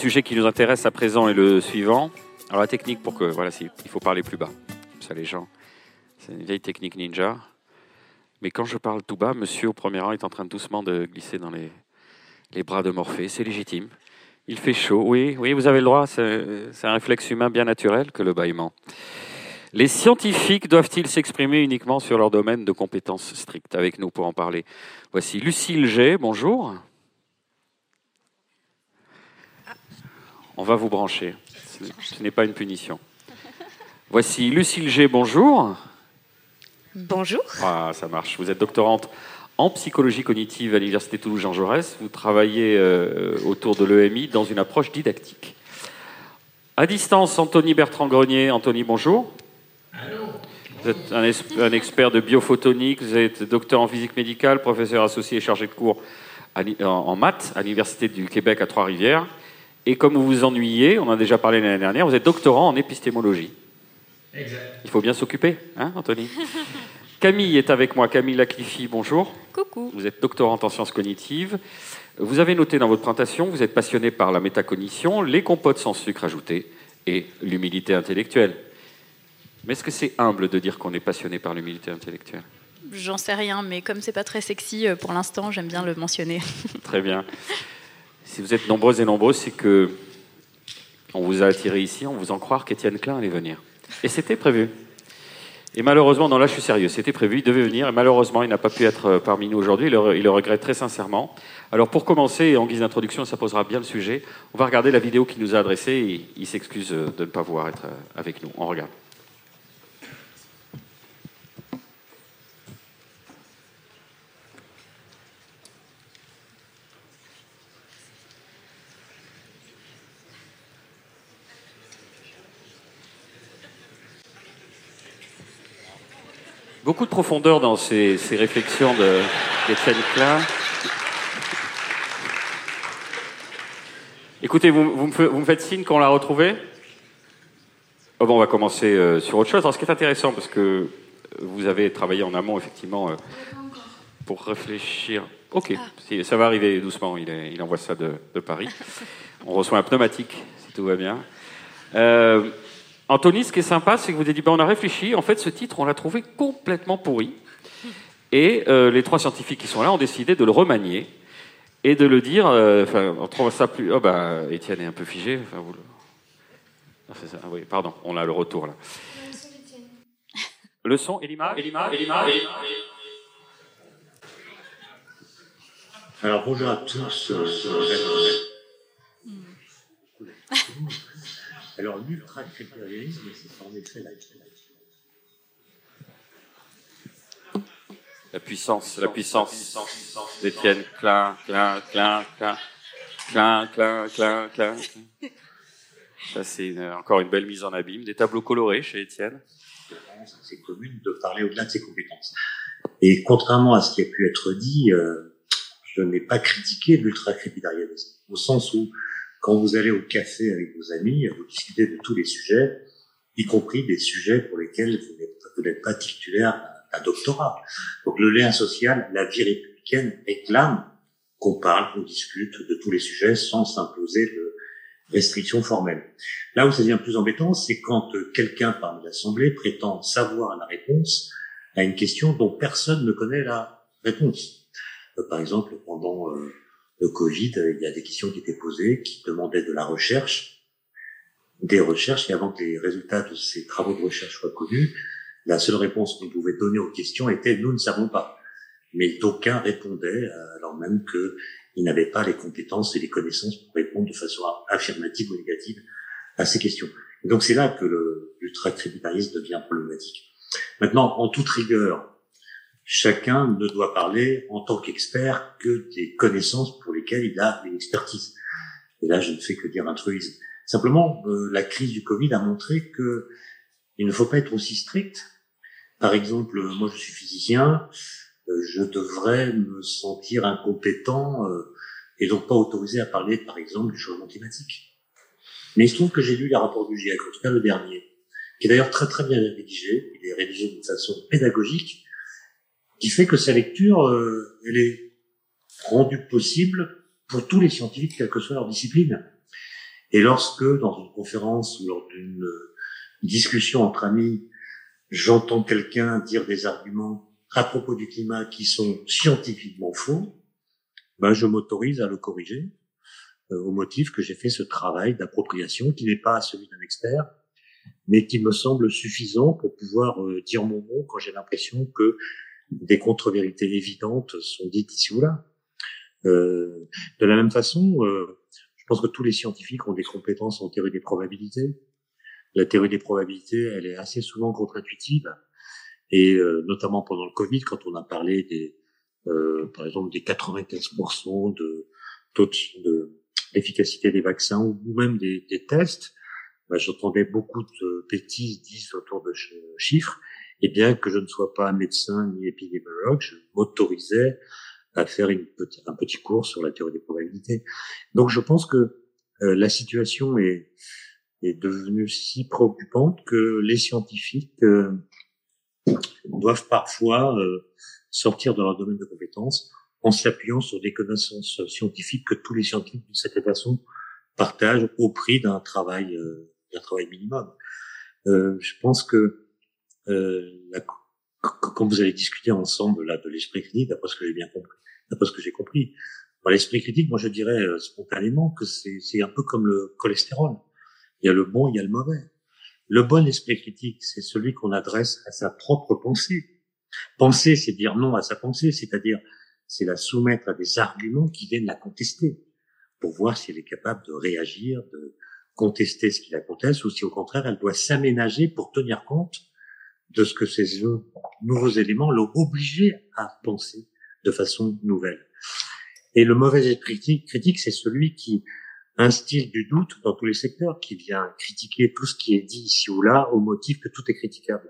sujet qui nous intéresse à présent est le suivant. Alors la technique pour que, voilà, il faut parler plus bas. Comme ça les gens, c'est une vieille technique ninja. Mais quand je parle tout bas, monsieur au premier rang est en train doucement de glisser dans les bras de Morphée. C'est légitime. Il fait chaud. Oui, vous avez le droit. C'est un réflexe humain bien naturel que le bâillement. Les scientifiques doivent-ils s'exprimer uniquement sur leur domaine de compétences strictes? Avec nous pour en parler, voici Lucille G. Bonjour. On va vous brancher. Ce n'est pas une punition. Voici Lucille G. Bonjour. Bonjour. Ah, ça marche. Vous êtes doctorante en psychologie cognitive à l'Université Toulouse-Jean Jaurès. Vous travaillez autour de l'EMI dans une approche didactique. À distance, Anthony Bertrand-Grenier. Anthony, bonjour. Allô. Vous êtes un expert de biophotonique, vous êtes docteur en physique médicale, professeur associé et chargé de cours en maths à l'Université du Québec à Trois-Rivières. Et comme vous vous ennuyez, on en a déjà parlé l'année dernière, vous êtes doctorant en épistémologie. Exact. Il faut bien s'occuper, hein, Anthony? Camille est avec moi. Camille Lacliffi, bonjour. Coucou. Vous êtes doctorante en sciences cognitives. Vous avez noté dans votre présentation, vous êtes passionné par la métacognition, les compotes sans sucre ajouté et l'humilité intellectuelle. Mais est-ce que c'est humble de dire qu'on est passionné par l'humilité intellectuelle? J'en sais rien, mais comme c'est pas très sexy pour l'instant, j'aime bien le mentionner. Très bien. Si vous êtes nombreuses et nombreux, c'est que on vous a attiré ici en vous faisant croire qu'Étienne Klein allait venir. Et c'était prévu. Et malheureusement, non là je suis sérieux, c'était prévu, il devait venir, et malheureusement il n'a pas pu être parmi nous aujourd'hui, il le regrette très sincèrement. Alors pour commencer, et en guise d'introduction, ça posera bien le sujet, on va regarder la vidéo qu'il nous a adressée, et il s'excuse de ne pas pouvoir être avec nous. On regarde. Beaucoup de profondeur dans ces réflexions d'Étienne Klein. Écoutez, vous me faites signe qu'on l'a retrouvé? Oh bon, on va commencer sur autre chose. Alors, ce qui est intéressant, parce que vous avez travaillé en amont, effectivement, pour réfléchir. Ok, ça va arriver doucement. Il envoie ça de Paris. On reçoit un pneumatique, si tout va bien. Anthony, ce qui est sympa, c'est que vous avez dit, on a réfléchi, en fait, ce titre, on l'a trouvé complètement pourri. Et les trois scientifiques qui sont là ont décidé de le remanier et de le dire, on trouve ça plus... Oh, Étienne est un peu figé. C'est ça, oui, pardon, on a le retour, là. Le son, Elima. Alors bonjour à tous. Alors l'ultra-crépérialisme, c'est en effet la puissance d'Étienne Klein. Ça, c'est encore une belle mise en abîme. Des tableaux colorés chez Étienne. C'est commune de parler au-delà de ses compétences. Et contrairement à ce qui a pu être dit, je n'ai pas critiqué l'ultra-crépidarianisme, au sens où, quand vous allez au café avec vos amis, vous discutez de tous les sujets, y compris des sujets pour lesquels vous n'êtes pas titulaire d'un doctorat. Donc le lien social, la vie républicaine réclame qu'on parle, qu'on discute de tous les sujets sans s'imposer de restrictions formelles. Là où ça devient plus embêtant, c'est quand quelqu'un parmi l'Assemblée prétend savoir la réponse à une question dont personne ne connaît la réponse. Par exemple, pendant le Covid, il y a des questions qui étaient posées, qui demandaient de la recherche, des recherches, et avant que les résultats de ces travaux de recherche soient connus, la seule réponse qu'on pouvait donner aux questions était « nous ne savons pas ». Mais d'aucuns répondaient, alors même qu'ils n'avaient pas les compétences et les connaissances pour répondre de façon affirmative ou négative à ces questions. Et donc c'est là que l'ultra-crépidarianisme devient problématique. Maintenant, en toute rigueur, chacun ne doit parler en tant qu'expert que des connaissances pour lesquelles il a une expertise. Et là, je ne fais que dire un truisme. Simplement, la crise du Covid a montré que il ne faut pas être aussi strict. Par exemple, moi je suis physicien, je devrais me sentir incompétent et donc pas autorisé à parler, par exemple, du changement climatique. Mais il se trouve que j'ai lu les rapports du GIEC, en tout cas le dernier, qui est d'ailleurs très très bien rédigé. Il est rédigé d'une façon pédagogique, qui fait que sa lecture, elle est rendue possible pour tous les scientifiques, quelle que soit leur discipline. Et lorsque, dans une conférence ou lors d'une discussion entre amis, j'entends quelqu'un dire des arguments à propos du climat qui sont scientifiquement faux, je m'autorise à le corriger au motif que j'ai fait ce travail d'appropriation qui n'est pas celui d'un expert, mais qui me semble suffisant pour pouvoir dire mon mot quand j'ai l'impression que des contre-vérités évidentes sont dites ici ou là. De la même façon, je pense que tous les scientifiques ont des compétences en théorie des probabilités. La théorie des probabilités, elle est assez souvent contre-intuitive, et notamment pendant le Covid, quand on a parlé par exemple, des 95% de taux d'efficacité des vaccins ou même des tests, j'entendais beaucoup de bêtises dites autour de chiffres, et bien que je ne sois pas médecin ni épidémiologue, je m'autorisais à faire un petit cours sur la théorie des probabilités. Donc je pense que la situation est devenue si préoccupante que les scientifiques doivent parfois sortir de leur domaine de compétences en s'appuyant sur des connaissances scientifiques que tous les scientifiques d'une certaine façon partagent au prix d'un travail minimum. Je pense que quand vous allez discuter ensemble là de l'esprit critique, d'après ce que j'ai compris, dans l'esprit critique, moi je dirais spontanément que c'est un peu comme le cholestérol. Il y a le bon, il y a le mauvais. Le bon esprit critique, c'est celui qu'on adresse à sa propre pensée. Penser, c'est dire non à sa pensée, c'est-à-dire c'est la soumettre à des arguments qui viennent la contester pour voir si elle est capable de réagir, de contester ce qui la conteste, ou si au contraire elle doit s'aménager pour tenir compte de ce que ces nouveaux éléments l'ont obligé à penser de façon nouvelle. Et le mauvais esprit critique, c'est celui qui instille du doute dans tous les secteurs, qui vient critiquer tout ce qui est dit ici ou là au motif que tout est critiquable.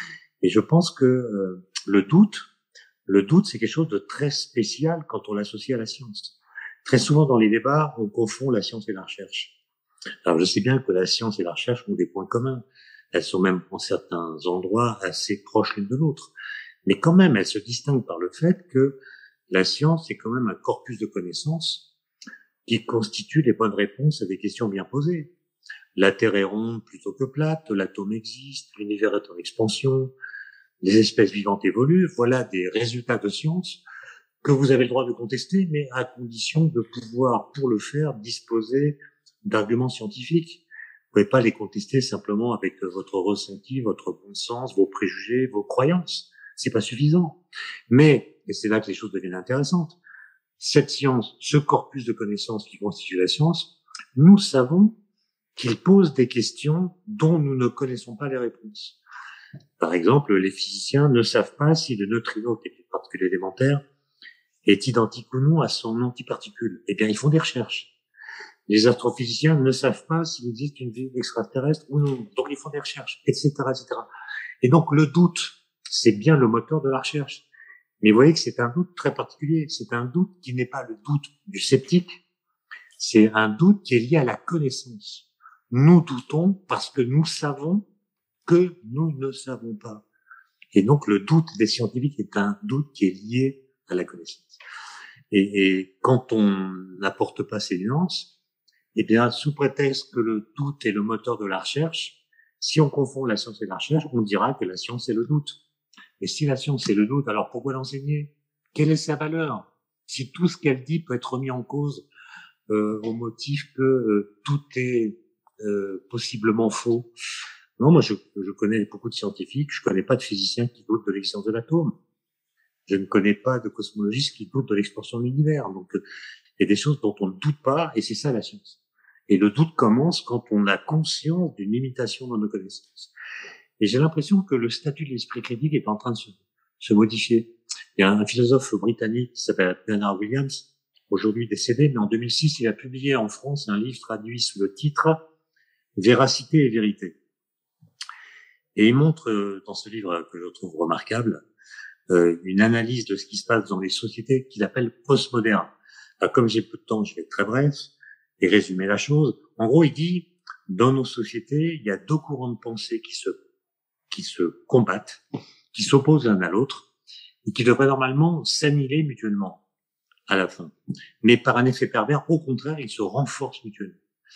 Et je pense que le doute, c'est quelque chose de très spécial quand on l'associe à la science. Très souvent dans les débats, on confond la science et la recherche. Alors je sais bien que la science et la recherche ont des points communs. Elles sont même en certains endroits assez proches l'une de l'autre. Mais quand même, elles se distinguent par le fait que la science est quand même un corpus de connaissances qui constitue les bonnes réponses à des questions bien posées. La Terre est ronde plutôt que plate, l'atome existe, l'univers est en expansion, les espèces vivantes évoluent. Voilà des résultats de science que vous avez le droit de contester, mais à condition de pouvoir, pour le faire, disposer d'arguments scientifiques. Vous pouvez pas les contester simplement avec votre ressenti, votre bon sens, vos préjugés, vos croyances. C'est pas suffisant. Mais, et c'est là que les choses deviennent intéressantes, cette science, ce corpus de connaissances qui constitue la science, nous savons qu'il pose des questions dont nous ne connaissons pas les réponses. Par exemple, les physiciens ne savent pas si le neutrino, qui est une particule élémentaire, est identique ou non à son antiparticule. Eh bien, ils font des recherches. Les astrophysiciens ne savent pas s'il existe une vie extraterrestre ou non. Donc, ils font des recherches, etc., etc. Et donc, le doute, c'est bien le moteur de la recherche. Mais vous voyez que c'est un doute très particulier. C'est un doute qui n'est pas le doute du sceptique. C'est un doute qui est lié à la connaissance. Nous doutons parce que nous savons que nous ne savons pas. Et donc, le doute des scientifiques est un doute qui est lié à la connaissance. Et quand on n'apporte pas ces nuances, eh bien, sous prétexte que le doute est le moteur de la recherche, si on confond la science et la recherche, on dira que la science est le doute. Et si la science est le doute, alors pourquoi l'enseigner? Quelle est sa valeur? Si tout ce qu'elle dit peut être remis en cause au motif que tout est possiblement faux. Non, moi je connais beaucoup de scientifiques, je connais pas de physiciens qui doutent de l'existence de l'atome. Je ne connais pas de cosmologistes qui doutent de l'expansion de l'univers. Donc il y a des choses dont on ne doute pas, et c'est ça la science. Et le doute commence quand on a conscience d'une limitation dans nos connaissances. Et j'ai l'impression que le statut de l'esprit critique est en train de se modifier. Il y a un philosophe britannique qui s'appelle Bernard Williams, aujourd'hui décédé, mais en 2006, il a publié en France un livre traduit sous le titre « Véracité et vérité ». Et il montre dans ce livre, que je trouve remarquable, une analyse de ce qui se passe dans les sociétés qu'il appelle postmodernes. Alors, comme j'ai peu de temps, je vais être très bref et résumer la chose. En gros, il dit, dans nos sociétés, il y a deux courants de pensée qui se combattent, qui s'opposent l'un à l'autre, et qui devraient normalement s'annihiler mutuellement à la fin. Mais par un effet pervers, au contraire, ils se renforcent mutuellement.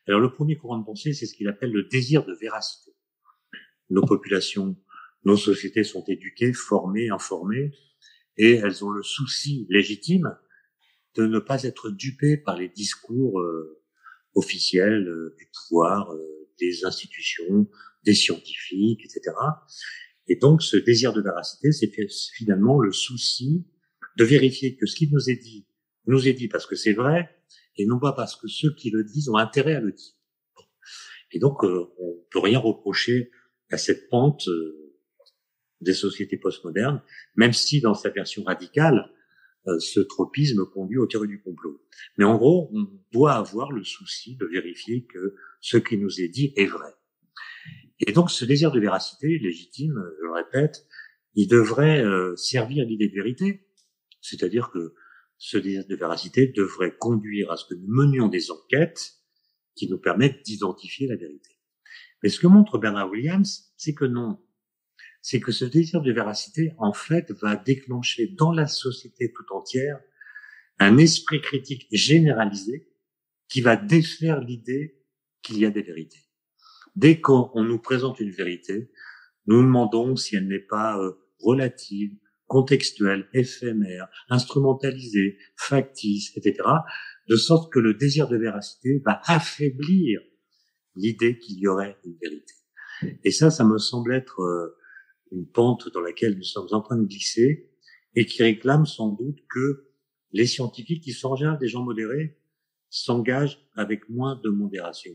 Alors le premier courant de pensée, c'est ce qu'il appelle le désir de véracité. Nos populations, nos sociétés sont éduquées, formées, informées, et elles ont le souci légitime de ne pas être dupées par les discours officiels du pouvoir, des institutions, des scientifiques, etc. Et donc, ce désir de véracité, c'est finalement le souci de vérifier que ce qui nous est dit parce que c'est vrai, et non pas parce que ceux qui le disent ont intérêt à le dire. Et donc, on peut rien reprocher à cette pente des sociétés postmodernes, même si dans sa version radicale, ce tropisme conduit aux théories du complot. Mais en gros, on doit avoir le souci de vérifier que ce qui nous est dit est vrai. Et donc, ce désir de véracité légitime, je le répète, il devrait servir l'idée de vérité, c'est-à-dire que ce désir de véracité devrait conduire à ce que nous menions des enquêtes qui nous permettent d'identifier la vérité. Mais ce que montre Bernard Williams, c'est que non. C'est que ce désir de véracité, en fait, va déclencher dans la société tout entière un esprit critique généralisé qui va défaire l'idée qu'il y a des vérités. Dès qu'on nous présente une vérité, nous demandons si elle n'est pas relative, contextuelle, éphémère, instrumentalisée, factice, etc., de sorte que le désir de véracité va affaiblir l'idée qu'il y aurait une vérité. Et ça me semble être une pente dans laquelle nous sommes en train de glisser et qui réclame sans doute que les scientifiques, qui sont en général des gens modérés, s'engagent avec moins de modération.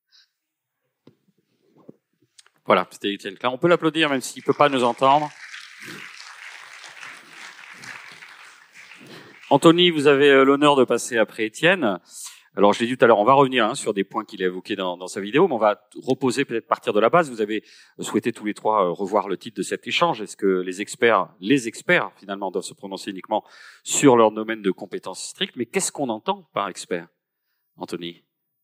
Voilà, c'était Étienne Klein. On peut l'applaudir même s'il ne peut pas nous entendre. Anthony, vous avez l'honneur de passer après Étienne. Alors, je l'ai dit tout à l'heure, on va revenir sur des points qu'il a évoqués dans sa vidéo, mais on va reposer peut-être partir de la base. Vous avez souhaité tous les trois revoir le titre de cet échange. Est-ce que les experts finalement doivent se prononcer uniquement sur leur domaine de compétences strictes? Mais qu'est-ce qu'on entend par expert, Anthony?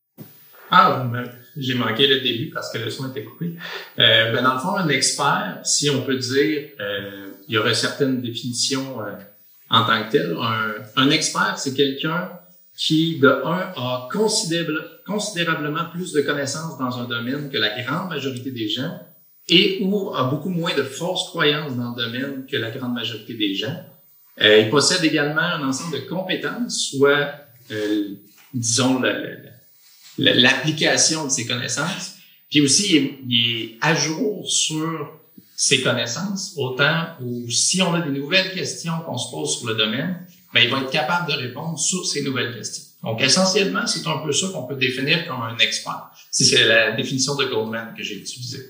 J'ai manqué le début parce que le son était coupé. Dans le fond, un expert, si on peut dire, il y aurait certaines définitions en tant que tel. Un expert, c'est quelqu'un qui, de un, a considérablement plus de connaissances dans un domaine que la grande majorité des gens et ou a beaucoup moins de fausses croyances dans le domaine que la grande majorité des gens. Il possède également un ensemble de compétences, soit, disons, l'application de ses connaissances, puis aussi il est à jour sur ses connaissances, autant où si on a des nouvelles questions qu'on se pose sur le domaine, il va être capable de répondre sur ces nouvelles questions. Donc, essentiellement, c'est un peu ça qu'on peut définir comme un expert. C'est la définition de Goldman que j'ai utilisée.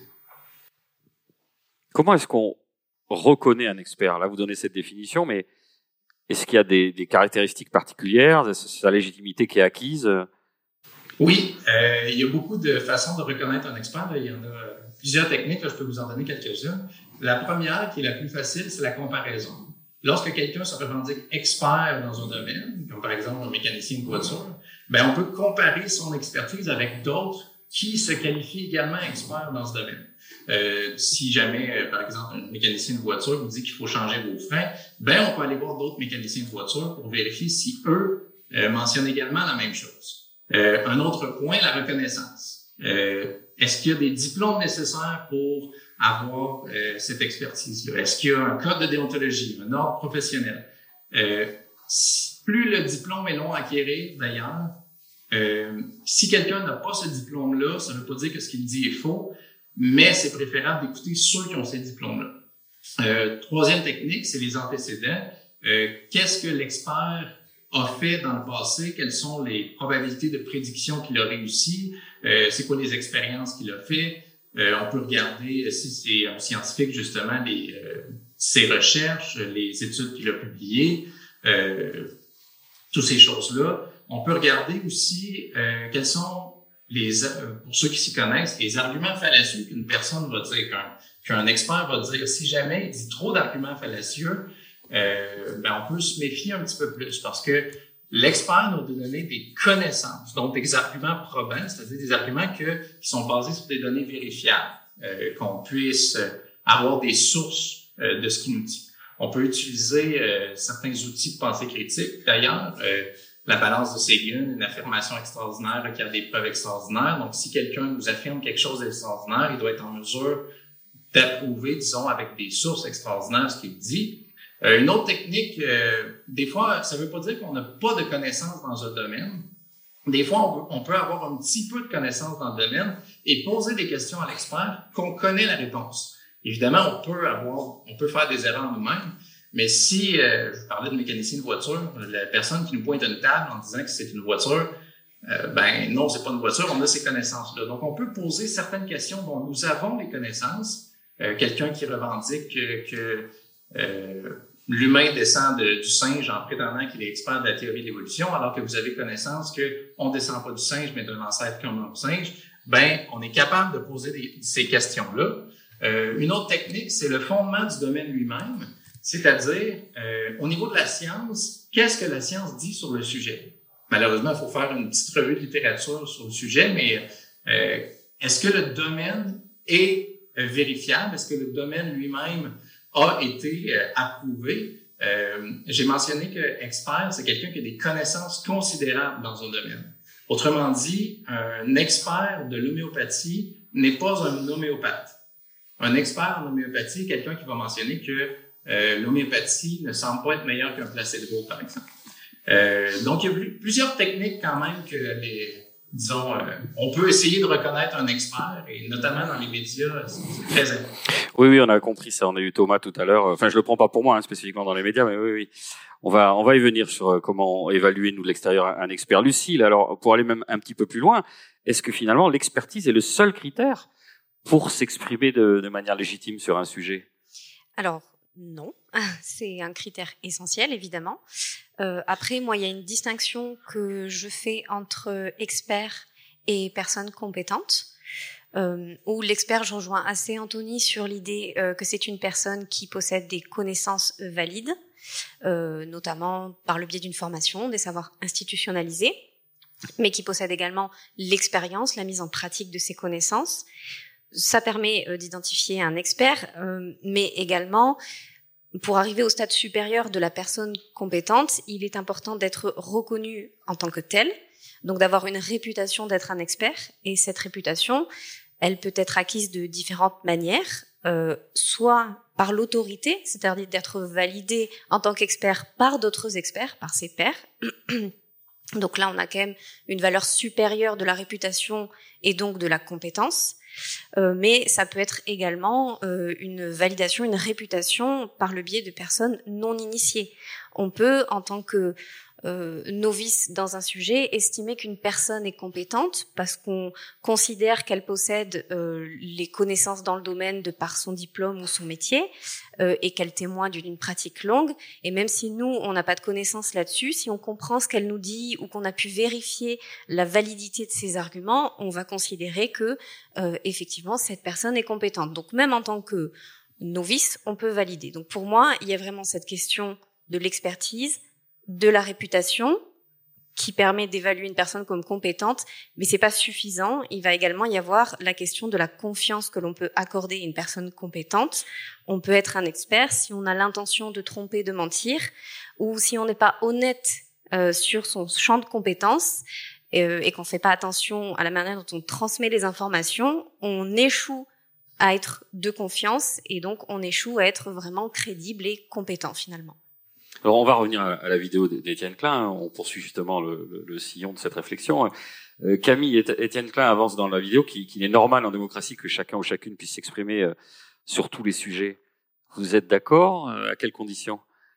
Comment est-ce qu'on reconnaît un expert? Là, vous donnez cette définition, mais est-ce qu'il y a des caractéristiques particulières? Est-ce sa légitimité qui est acquise? Oui, il y a beaucoup de façons de reconnaître un expert. Il y en a plusieurs techniques, je peux vous en donner quelques-unes. La première, qui est la plus facile, c'est la comparaison. Lorsque quelqu'un se revendique expert dans un domaine, comme par exemple un mécanicien de voiture, on peut comparer son expertise avec d'autres qui se qualifient également experts dans ce domaine. Si jamais, par exemple, un mécanicien de voiture vous dit qu'il faut changer vos freins, on peut aller voir d'autres mécaniciens de voiture pour vérifier si eux mentionnent également la même chose. Un autre point, la reconnaissance. Est-ce qu'il y a des diplômes nécessaires pour avoir cette expertise-là? Est-ce qu'il y a un code de déontologie, un ordre professionnel? Plus le diplôme est long à acquérir, d'ailleurs, si quelqu'un n'a pas ce diplôme-là, ça ne veut pas dire que ce qu'il dit est faux, mais c'est préférable d'écouter ceux qui ont ces diplômes-là. Troisième technique, c'est les antécédents. Qu'est-ce que l'expert a fait dans le passé? Quelles sont les probabilités de prédiction qu'il a réussi? C'est quoi les expériences qu'il a fait? On peut regarder, si c'est un scientifique, justement, ses recherches, les études qu'il a publiées, toutes ces choses-là. On peut regarder aussi quels sont pour ceux qui s'y connaissent, les arguments fallacieux qu'une personne va dire, qu'un expert va dire. Si jamais il dit trop d'arguments fallacieux, on peut se méfier un petit peu plus parce que l'expert nous donne des connaissances, donc des arguments probants, c'est-à-dire des arguments qui sont basés sur des données vérifiables, qu'on puisse avoir des sources de ce qu'il nous dit. On peut utiliser certains outils de pensée critique. D'ailleurs, la balance de Seguin, une affirmation extraordinaire requiert des preuves extraordinaires. Donc, si quelqu'un nous affirme quelque chose d'extraordinaire, il doit être en mesure d'approuver, disons, avec des sources extraordinaires ce qu'il dit. Une autre technique, des fois, ça veut pas dire qu'on n'a pas de connaissances dans un domaine. Des fois, on peut avoir un petit peu de connaissances dans le domaine et poser des questions à l'expert qu'on connaît la réponse. Évidemment, on peut faire des erreurs nous-mêmes, mais si, je parlais de mécanicien de voiture, la personne qui nous pointe une table en disant que c'est une voiture, non, c'est pas une voiture, on a ces connaissances-là. Donc, on peut poser certaines questions dont nous avons les connaissances. Quelqu'un qui revendique que l'humain descend du singe en prétendant qu'il est expert de la théorie de l'évolution, alors que vous avez connaissance qu'on ne descend pas du singe, mais d'un ancêtre comme un singe, on est capable de poser ces questions-là. Une autre technique, c'est le fondement du domaine lui-même, c'est-à-dire, au niveau de la science, qu'est-ce que la science dit sur le sujet? Malheureusement, il faut faire une petite revue de littérature sur le sujet, mais est-ce que le domaine est vérifiable? Est-ce que le domaine lui-même a été approuvé? J'ai mentionné que expert, c'est quelqu'un qui a des connaissances considérables dans un domaine. Autrement dit, un expert de l'homéopathie n'est pas un homéopathe. Un expert en homéopathie est quelqu'un qui va mentionner que l'homéopathie ne semble pas être meilleure qu'un placebo, par exemple. Donc, il y a plusieurs techniques quand même que on peut essayer de reconnaître un expert, et notamment dans les médias, c'est très important. Oui, on a compris ça. On a eu Thomas tout à l'heure. Enfin, je le prends pas pour moi, spécifiquement dans les médias, mais oui. On va y venir sur comment évaluer, nous, de l'extérieur, un expert. Lucile, alors, pour aller même un petit peu plus loin, est-ce que finalement, l'expertise est le seul critère pour s'exprimer de manière légitime sur un sujet? Alors, non. C'est un critère essentiel, évidemment. Après, moi, il y a une distinction que je fais entre expert et personne compétente. Où l'expert, je rejoins assez Anthony sur l'idée que c'est une personne qui possède des connaissances valides, notamment par le biais d'une formation, des savoirs institutionnalisés, mais qui possède également l'expérience, la mise en pratique de ces connaissances. Ça permet d'identifier un expert, mais également, pour arriver au stade supérieur de la personne compétente, il est important d'être reconnu en tant que tel, donc d'avoir une réputation d'être un expert, et cette réputation, elle peut être acquise de différentes manières, soit par l'autorité, c'est-à-dire d'être validé en tant qu'expert par d'autres experts, par ses pairs. Donc là, on a quand même une valeur supérieure de la réputation et donc de la compétence. Mais ça peut être également une validation, une réputation par le biais de personnes non initiées. On peut, en tant que novice dans un sujet, estimer qu'une personne est compétente parce qu'on considère qu'elle possède les connaissances dans le domaine de par son diplôme ou son métier et qu'elle témoigne d'une pratique longue. Et même si nous, on n'a pas de connaissances là-dessus, si on comprend ce qu'elle nous dit ou qu'on a pu vérifier la validité de ses arguments, on va considérer que effectivement, cette personne est compétente. Donc même en tant que novice, on peut valider. Donc pour moi, il y a vraiment cette question de l'expertise, de la réputation qui permet d'évaluer une personne comme compétente, mais c'est pas suffisant. Il va également y avoir la question de la confiance que l'on peut accorder à une personne compétente. On peut être un expert si on a l'intention de tromper, de mentir, ou si on n'est pas honnête sur son champ de compétences et qu'on fait pas attention à la manière dont on transmet les informations, on échoue à être de confiance et donc on échoue à être vraiment crédible et compétent finalement. Alors, on va revenir à la vidéo d'Étienne Klein. On poursuit justement le sillon de cette réflexion. Camille et Étienne Klein avancent dans la vidéo qu'il est normal en démocratie que chacun ou chacune puisse s'exprimer sur tous les sujets. Vous êtes d'accord? À quelles conditions?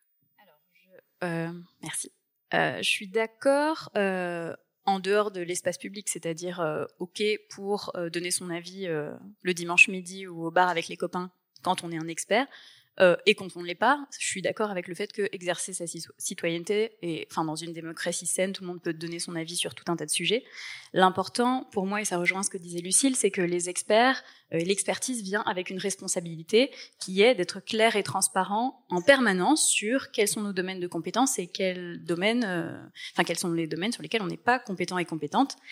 Alors, merci. Je suis d'accord en dehors de l'espace public, c'est-à-dire OK pour donner son avis le dimanche midi ou au bar avec les copains quand on est un expert. Et quand on ne l'est pas, je suis d'accord avec le fait que exercer sa citoyenneté, et enfin dans une démocratie saine, tout le monde peut donner son avis sur tout un tas de sujets. L'important pour moi, et ça rejoint ce que disait Lucile, c'est que les experts, l'expertise vient avec une responsabilité qui est d'être clair et transparent en permanence sur quels sont nos domaines de compétences et quels sont les domaines sur lesquels on n'est pas compétent et compétente.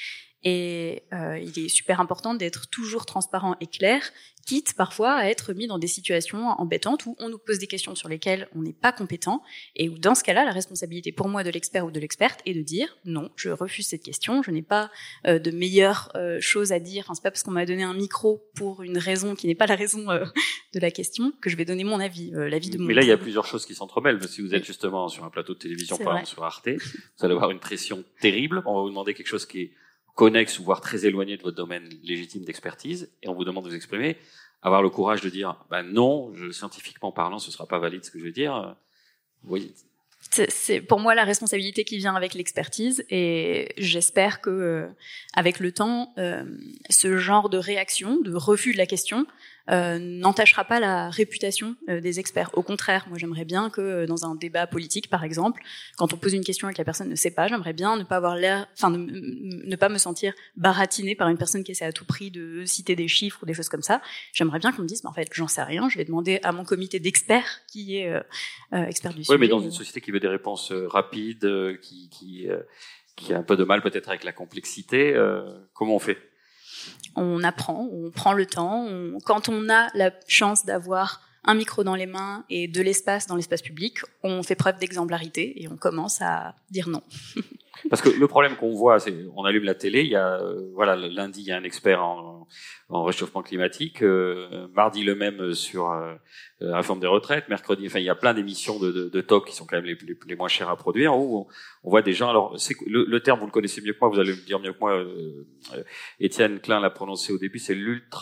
Et il est super important d'être toujours transparent et clair, quitte parfois à être mis dans des situations embêtantes où on nous pose des questions sur lesquelles on n'est pas compétent, et où dans ce cas-là, la responsabilité pour moi de l'expert ou de l'experte est de dire non, je refuse cette question, je n'ai pas de meilleure chose à dire. Enfin, c'est pas parce qu'on m'a donné un micro pour une raison qui n'est pas la raison de la question que je vais donner mon avis, l'avis de mon. Mais là, il y a plusieurs choses qui s'entremêlent. Si vous êtes justement sur un plateau de télévision, par exemple sur Arte, vous allez avoir une pression terrible. On va vous demander quelque chose qui est connexe ou voire très éloigné de votre domaine légitime d'expertise, et on vous demande de vous exprimer. Avoir le courage de dire non, scientifiquement parlant, ce sera pas valide ce que je vais dire. Oui. C'est pour moi la responsabilité qui vient avec l'expertise, et j'espère que avec le temps, ce genre de réaction, de refus de la question, n'entachera pas la réputation des experts. Au contraire, moi j'aimerais bien que dans un débat politique, par exemple, quand on pose une question et que la personne ne sait pas, j'aimerais bien ne pas avoir l'air, ne pas me sentir baratinée par une personne qui essaie à tout prix de citer des chiffres ou des choses comme ça. J'aimerais bien qu'on me dise, en fait, j'en sais rien, je vais demander à mon comité d'experts qui est expert du sujet. Oui, mais dans une société qui veut des réponses rapides, qui a un peu de mal peut-être avec la complexité, comment on fait ? On apprend, on prend le temps. Quand on a la chance d'avoir un micro dans les mains et de l'espace dans l'espace public, on fait preuve d'exemplarité et on commence à dire non. Parce que le problème qu'on voit, c'est on allume la télé, il y a lundi il y a un expert en réchauffement climatique, mardi le même sur la réforme des retraites, mercredi, il y a plein d'émissions de talk qui sont quand même les moins chères à produire, où on voit des gens. Alors le terme vous le connaissez mieux que moi, vous allez me dire mieux que moi. Étienne Klein l'a prononcé au début, c'est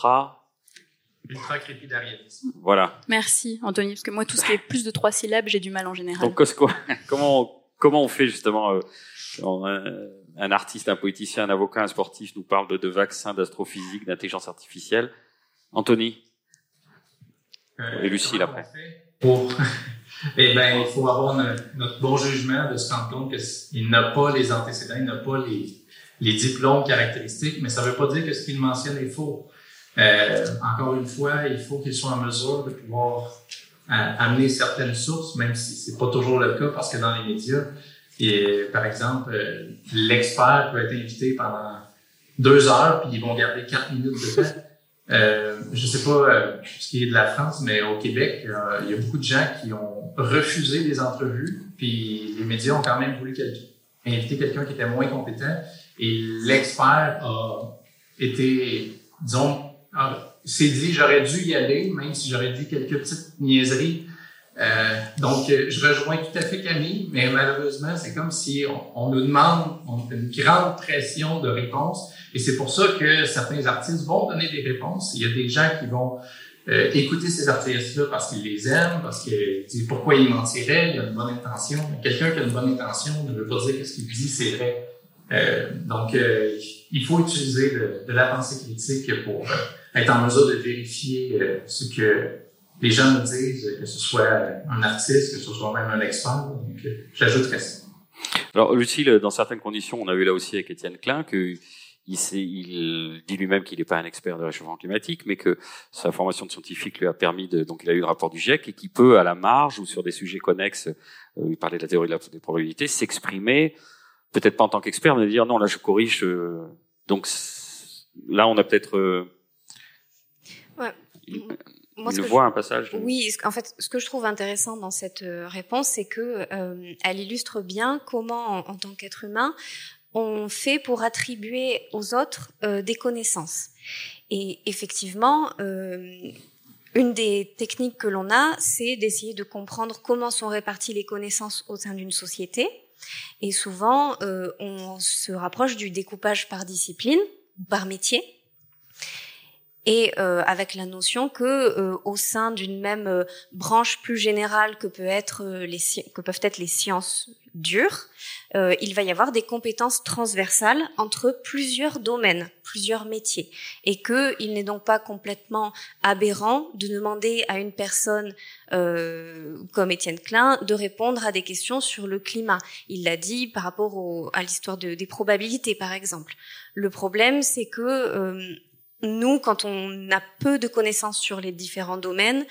l'ultracrépidarianisme. Voilà. Merci Anthony, parce que moi tout ce qui est plus de 3 syllabes, j'ai du mal en général. Donc comment on fait justement un artiste, un politicien, un avocat, un sportif nous parle de vaccins, d'astrophysique, d'intelligence artificielle. Anthony et Lucille après. Il faut avoir notre bon jugement de se rendre compte qu'il n'a pas les antécédents, il n'a pas les diplômes caractéristiques, mais ça ne veut pas dire que ce qu'il mentionne est faux. Encore une fois, il faut qu'il soit en mesure de pouvoir amener certaines sources, même si c'est pas toujours le cas, parce que dans les médias, par exemple, l'expert peut être invité pendant 2 heures, puis ils vont garder 4 minutes de temps. Je sais pas ce qui est de la France, mais au Québec, il y a beaucoup de gens qui ont refusé les entrevues, puis les médias ont quand même voulu inviter quelqu'un qui était moins compétent, et l'expert a été, disons, s'est dit, j'aurais dû y aller, même si j'aurais dit quelques petites niaiseries. Donc, je rejoins tout à fait Camille, mais malheureusement, c'est comme si on nous demande une grande pression de réponse, et c'est pour ça que certains artistes vont donner des réponses. Il y a des gens qui vont écouter ces artistes-là parce qu'ils les aiment, parce qu'ils disent pourquoi ils mentiraient, il y a une bonne intention. Quelqu'un qui a une bonne intention ne veut pas dire que ce qu'il dit, c'est vrai. Donc, il faut utiliser de la pensée critique pour être en mesure de vérifier ce que les gens nous disent, que ce soit un artiste, que ce soit même un expert. Donc, j'ajouterais ça. Alors, Lucille, dans certaines conditions, on a vu là aussi avec Étienne Klein qu'il dit lui-même qu'il n'est pas un expert de réchauffement climatique, mais que sa formation de scientifique lui a permis donc il a eu le rapport du GIEC et qu'il peut, à la marge ou sur des sujets connexes, il parlait de la théorie des probabilités, s'exprimer, peut-être pas en tant qu'expert, mais dire non, là je corrige. Donc là, on a peut-être un passage. Oui, en fait, ce que je trouve intéressant dans cette réponse, c'est que elle illustre bien comment, en tant qu'être humain, on fait pour attribuer aux autres des connaissances. Et effectivement, une des techniques que l'on a, c'est d'essayer de comprendre comment sont réparties les connaissances au sein d'une société. Et souvent, on se rapproche du découpage par discipline, par métier. Et avec la notion que au sein d'une même branche plus générale que peuvent être les sciences dures, il va y avoir des compétences transversales entre plusieurs domaines, plusieurs métiers, et que il n'est donc pas complètement aberrant de demander à une personne comme Étienne Klein de répondre à des questions sur le climat. Il l'a dit par rapport à l'histoire des probabilités, par exemple. Le problème, c'est que nous, quand on a peu de connaissances sur les différents domaines,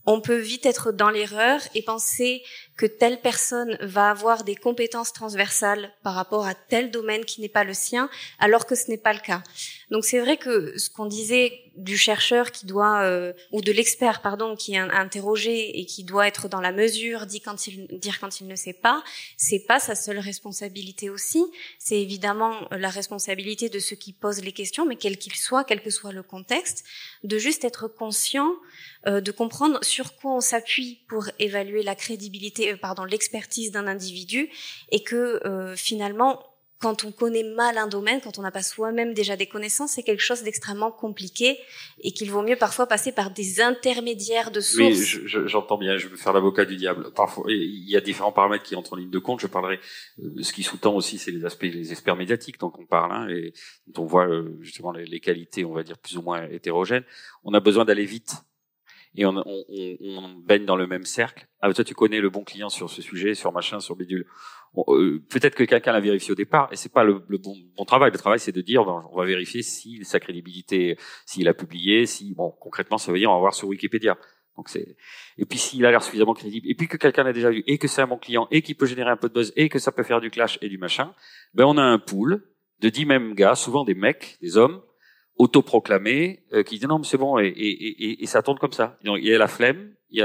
on peut vite être dans l'erreur et penser que telle personne va avoir des compétences transversales par rapport à tel domaine qui n'est pas le sien, alors que ce n'est pas le cas. Donc c'est vrai que ce qu'on disait du chercheur qui doit, ou de l'expert, pardon, qui est interrogé et qui doit être dans la mesure, dire quand il ne sait pas, c'est pas sa seule responsabilité aussi. C'est évidemment la responsabilité de ceux qui posent les questions, mais quel qu'il soit, quel que soit le contexte, de juste être conscient, de comprendre sur quoi on s'appuie pour évaluer la crédibilité, l'expertise d'un individu, et que finalement, quand on connaît mal un domaine, quand on n'a pas soi-même déjà des connaissances, c'est quelque chose d'extrêmement compliqué et qu'il vaut mieux parfois passer par des intermédiaires de sources. Oui, j'entends bien, je veux faire l'avocat du diable. Parfois, il y a différents paramètres qui entrent en ligne de compte. Je parlerai, ce qui sous-tend aussi, c'est les experts médiatiques dont on parle, hein, et dont on voit justement les qualités, on va dire, plus ou moins hétérogènes. On a besoin d'aller vite. Et on baigne dans le même cercle. Ah, toi, tu connais le bon client sur ce sujet, sur machin, sur bidule. Peut-être que quelqu'un l'a vérifié au départ, et c'est pas le bon travail. Le travail, c'est de dire, on va vérifier si sa crédibilité, s'il a publié, concrètement, ça veut dire, on va voir sur Wikipédia. Donc et puis s'il a l'air suffisamment crédible, et puis que quelqu'un l'a déjà vu, et que c'est un bon client, et qu'il peut générer un peu de buzz, et que ça peut faire du clash et du machin, on a un pool de 10 mêmes gars, souvent des mecs, des hommes, autoproclamés, qui disent non mais c'est bon, et ça tourne comme ça. Donc, il y a la flemme, il y a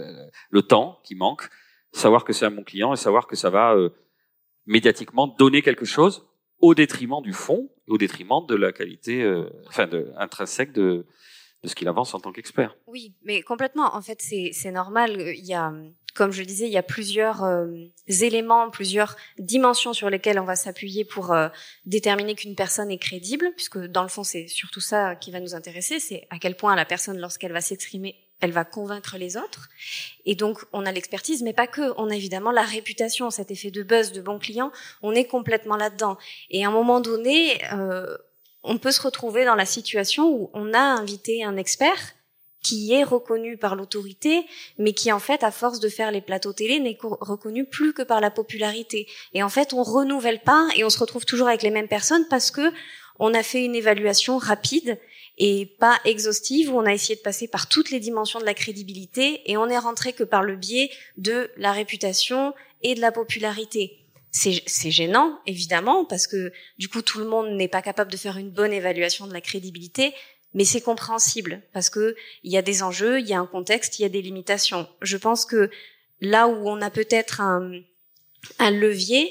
le temps qui manque, savoir que c'est un bon client et savoir que ça va médiatiquement donner quelque chose au détriment du fond, au détriment de la qualité, intrinsèque de ce qu'il avance en tant qu'expert. Oui, mais complètement. En fait, c'est normal. Il y a, comme je le disais, il y a plusieurs éléments, plusieurs dimensions sur lesquelles on va s'appuyer pour déterminer qu'une personne est crédible, puisque dans le fond, c'est surtout ça qui va nous intéresser, c'est à quel point la personne, lorsqu'elle va s'exprimer, elle va convaincre les autres. Et donc, on a l'expertise, mais pas que. On a évidemment la réputation, cet effet de buzz, de bon client. On est complètement là-dedans. Et à un moment donné, on peut se retrouver dans la situation où on a invité un expert qui est reconnu par l'autorité, mais qui en fait, à force de faire les plateaux télé, n'est reconnu plus que par la popularité. Et en fait, on renouvelle pas et on se retrouve toujours avec les mêmes personnes parce que on a fait une évaluation rapide et pas exhaustive, où on a essayé de passer par toutes les dimensions de la crédibilité et on est rentré que par le biais de la réputation et de la popularité. C'est gênant, évidemment, parce que du coup, tout le monde n'est pas capable de faire une bonne évaluation de la crédibilité, mais c'est compréhensible, parce que il y a des enjeux, il y a un contexte, il y a des limitations. Je pense que là où on a peut-être un levier,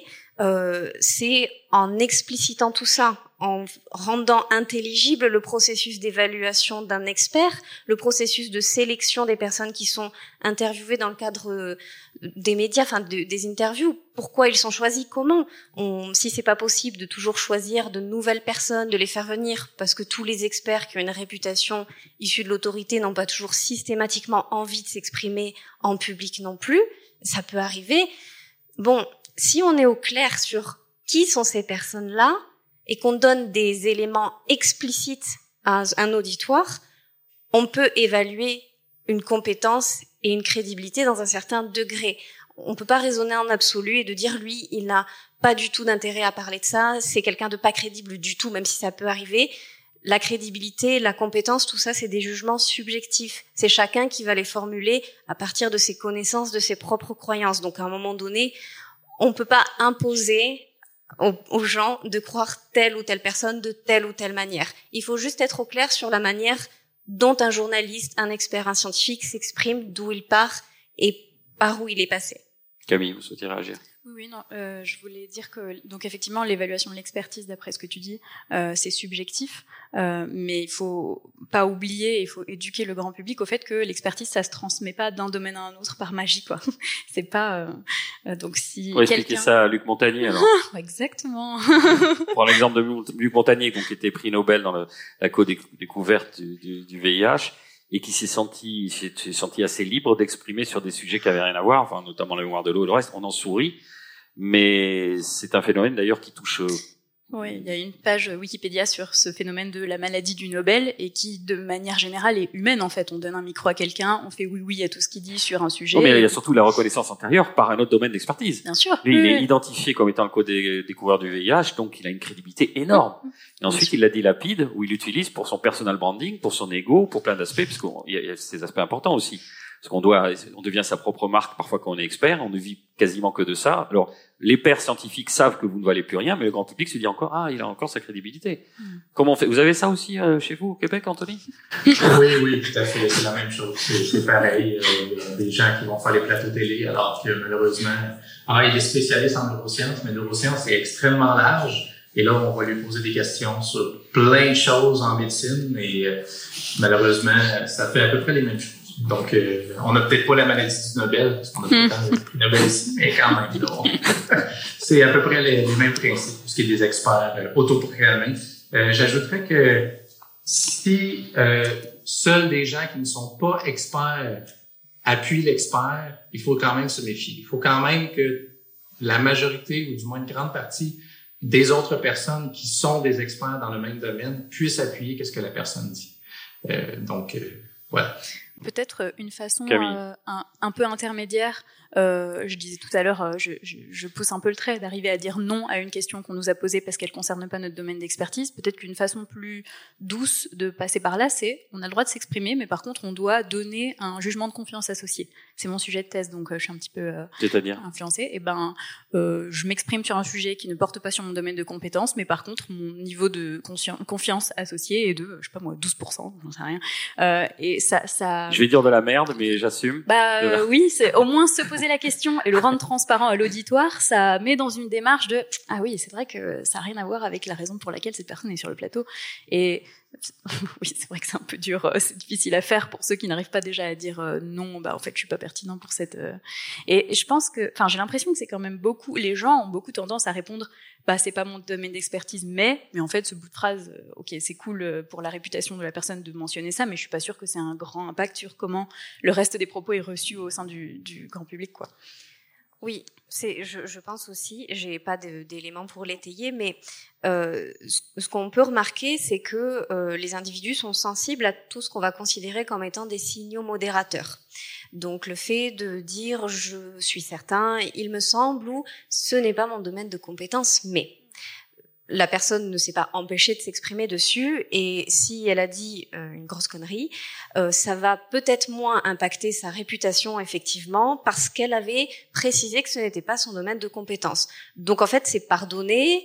c'est en explicitant tout ça, en rendant intelligible le processus d'évaluation d'un expert, le processus de sélection des personnes qui sont interviewées dans le cadre des médias, des interviews. Pourquoi ils sont choisis, comment si c'est pas possible de toujours choisir de nouvelles personnes, de les faire venir, parce que tous les experts qui ont une réputation issue de l'autorité n'ont pas toujours systématiquement envie de s'exprimer en public non plus, ça peut arriver. Si on est au clair sur qui sont ces personnes-là, et qu'on donne des éléments explicites à un auditoire, on peut évaluer une compétence et une crédibilité dans un certain degré. On peut pas raisonner en absolu et de dire lui, il n'a pas du tout d'intérêt à parler de ça, c'est quelqu'un de pas crédible du tout, même si ça peut arriver. La crédibilité, la compétence, tout ça, c'est des jugements subjectifs. C'est chacun qui va les formuler à partir de ses connaissances, de ses propres croyances. Donc à un moment donné, on peut pas imposer aux gens de croire telle ou telle personne de telle ou telle manière. Il faut juste être au clair sur la manière dont un journaliste, un expert, un scientifique s'exprime, d'où il part et par où il est passé. Camille, vous souhaitez réagir ? Oui, non, je voulais dire que, donc effectivement, l'évaluation de l'expertise, d'après ce que tu dis, c'est subjectif, mais il faut pas oublier, il faut éduquer le grand public au fait que l'expertise, ça se transmet pas d'un domaine à un autre par magie, quoi. C'est pas, donc si on va expliquer ça à Luc Montagnier, alors. Exactement. Pour l'exemple de Luc Montagnier, donc, qui était prix Nobel dans la co-découverte du VIH, et qui s'est senti assez libre d'exprimer sur des sujets qui avaient rien à voir, enfin, notamment la mémoire de l'eau et le reste. On en sourit. Mais c'est un phénomène d'ailleurs qui touche... Oui, il y a une page Wikipédia sur ce phénomène de la maladie du Nobel et qui, de manière générale, est humaine en fait. On donne un micro à quelqu'un, on fait oui à tout ce qu'il dit sur un sujet. Non, mais il y a surtout la reconnaissance antérieure par un autre domaine d'expertise. Bien sûr. Lui, il est identifié comme étant le co-découvreur du VIH, donc il a une crédibilité énorme. Et ensuite, il la dilapide ou il l'utilise pour son personal branding, pour son ego, pour plein d'aspects, parce qu'il y a ces aspects importants aussi. parce on devient sa propre marque parfois quand on est expert, on ne vit quasiment que de ça. Alors, les pairs scientifiques savent que vous ne valez plus rien, mais le grand public se dit encore, il a encore sa crédibilité. Comment on fait? Vous avez ça aussi chez vous au Québec, Anthony? Oui, tout à fait. C'est la même chose. C'est pareil. Il y a des gens qui vont faire les plateaux télé, alors que malheureusement, il est spécialiste en neurosciences, mais neurosciences, c'est extrêmement large. Et là, on va lui poser des questions sur plein de choses en médecine, et malheureusement, ça fait à peu près les mêmes choses. Donc, on n'a peut-être pas la maladie du Nobel, parce qu'on a pas tant de prix Nobel ici, mais quand même, là, c'est à peu près les mêmes principes pour ce qui est des experts autoprogrammés. J'ajouterais que si seuls des gens qui ne sont pas experts appuient l'expert, il faut quand même se méfier. Il faut quand même que la majorité, ou du moins une grande partie, des autres personnes qui sont des experts dans le même domaine puissent appuyer ce que la personne dit. Voilà. Peut-être une façon un peu intermédiaire, je disais tout à l'heure, je pousse un peu le trait, d'arriver à dire non à une question qu'on nous a posée parce qu'elle ne concerne pas notre domaine d'expertise. Peut-être qu'une façon plus douce de passer par là, c'est on a le droit de s'exprimer, mais par contre on doit donner un jugement de confiance associé. C'est mon sujet de thèse, donc je suis un petit peu influencée. Et je m'exprime sur un sujet qui ne porte pas sur mon domaine de compétences, mais par contre mon niveau de confiance associé est de, je sais pas moi, 12%, j'en sais rien. Et ça. Je vais dire de la merde, mais j'assume. Oui, c'est au moins se poser la question et le rendre transparent à l'auditoire, ça met dans une démarche de oui, c'est vrai que ça n'a rien à voir avec la raison pour laquelle cette personne est sur le plateau. Et oui, c'est vrai que c'est un peu dur, c'est difficile à faire pour ceux qui n'arrivent pas déjà à dire non, en fait je suis pas pertinent pour cette et je pense que j'ai l'impression que c'est quand même les gens ont beaucoup tendance à répondre c'est pas mon domaine d'expertise, mais en fait ce bout de phrase ok, c'est cool pour la réputation de la personne de mentionner ça, mais je suis pas sûre que c'est un grand impact sur comment le reste des propos est reçu au sein du grand public, quoi. Oui, je pense aussi, j'ai pas d'éléments pour l'étayer, mais ce qu'on peut remarquer, c'est que les individus sont sensibles à tout ce qu'on va considérer comme étant des signaux modérateurs. Donc le fait de dire je suis certain, il me semble, ou ce n'est pas mon domaine de compétence, mais la personne ne s'est pas empêchée de s'exprimer dessus, et si elle a dit une grosse connerie, ça va peut-être moins impacter sa réputation, effectivement, parce qu'elle avait précisé que ce n'était pas son domaine de compétence. Donc en fait, c'est pardonné,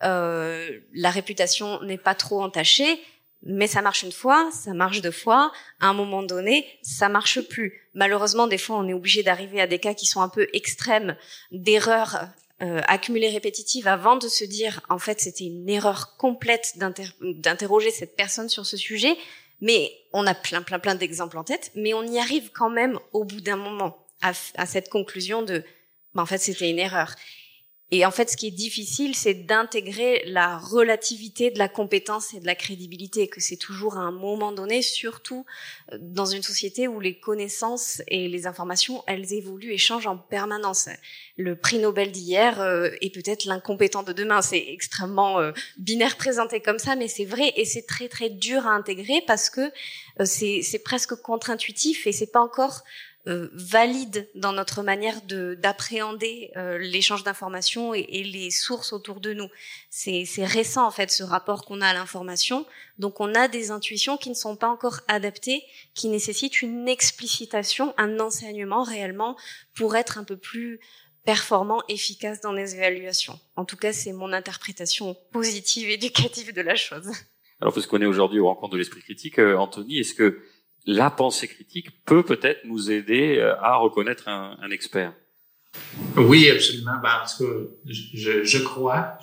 la réputation n'est pas trop entachée, mais ça marche une fois, ça marche deux fois, à un moment donné, ça marche plus. Malheureusement, des fois, on est obligé d'arriver à des cas qui sont un peu extrêmes, d'erreurs accumulées répétitives, avant de se dire, en fait, c'était une erreur complète d'interroger cette personne sur ce sujet. Mais on a plein d'exemples en tête, mais on y arrive quand même au bout d'un moment à cette conclusion de, en fait, c'était une erreur. Et en fait, ce qui est difficile, c'est d'intégrer la relativité de la compétence et de la crédibilité, que c'est toujours à un moment donné, surtout dans une société où les connaissances et les informations, elles évoluent et changent en permanence. Le prix Nobel d'hier est peut-être l'incompétent de demain. C'est extrêmement binaire présenté comme ça, mais c'est vrai, et c'est très très dur à intégrer parce que c'est presque contre-intuitif et c'est pas encore valide dans notre manière d'appréhender l'échange d'informations et les sources autour de nous. C'est récent en fait ce rapport qu'on a à l'information, donc on a des intuitions qui ne sont pas encore adaptées, qui nécessitent une explicitation, un enseignement réellement pour être un peu plus performant, efficace dans les évaluations. En tout cas, c'est mon interprétation positive, éducative de la chose. Alors, parce qu'on est aujourd'hui aux rencontres de l'esprit critique, Anthony, est-ce que la pensée critique peut-être nous aider à reconnaître un expert? Oui, absolument. En tout cas, je crois.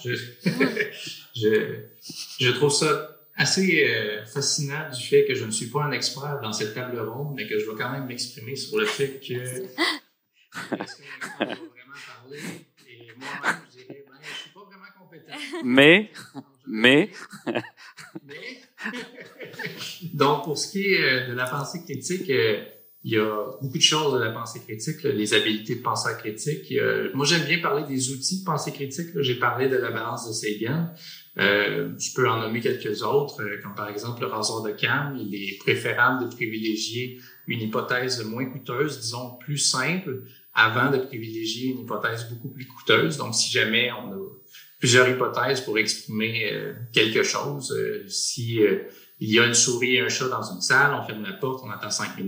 Je trouve ça assez fascinant du fait que je ne suis pas un expert dans cette table ronde, mais que je vais quand même m'exprimer sur le fait que est-ce qu'on va vraiment parler, et moi-même je dirais je suis pas vraiment compétent. Mais donc, pour ce qui est de la pensée critique, il y a beaucoup de choses de la pensée critique, les habiletés de pensée critique. Moi, j'aime bien parler des outils de pensée critique. J'ai parlé de la balance de Sagan. Je peux en nommer quelques autres, comme par exemple le rasoir de Camm. Il est préférable de privilégier une hypothèse moins coûteuse, disons plus simple, avant de privilégier une hypothèse beaucoup plus coûteuse. Donc, si jamais on a plusieurs hypothèses pour exprimer quelque chose, si il y a une souris et un chat dans une salle, on ferme la porte, on attend 5 minutes.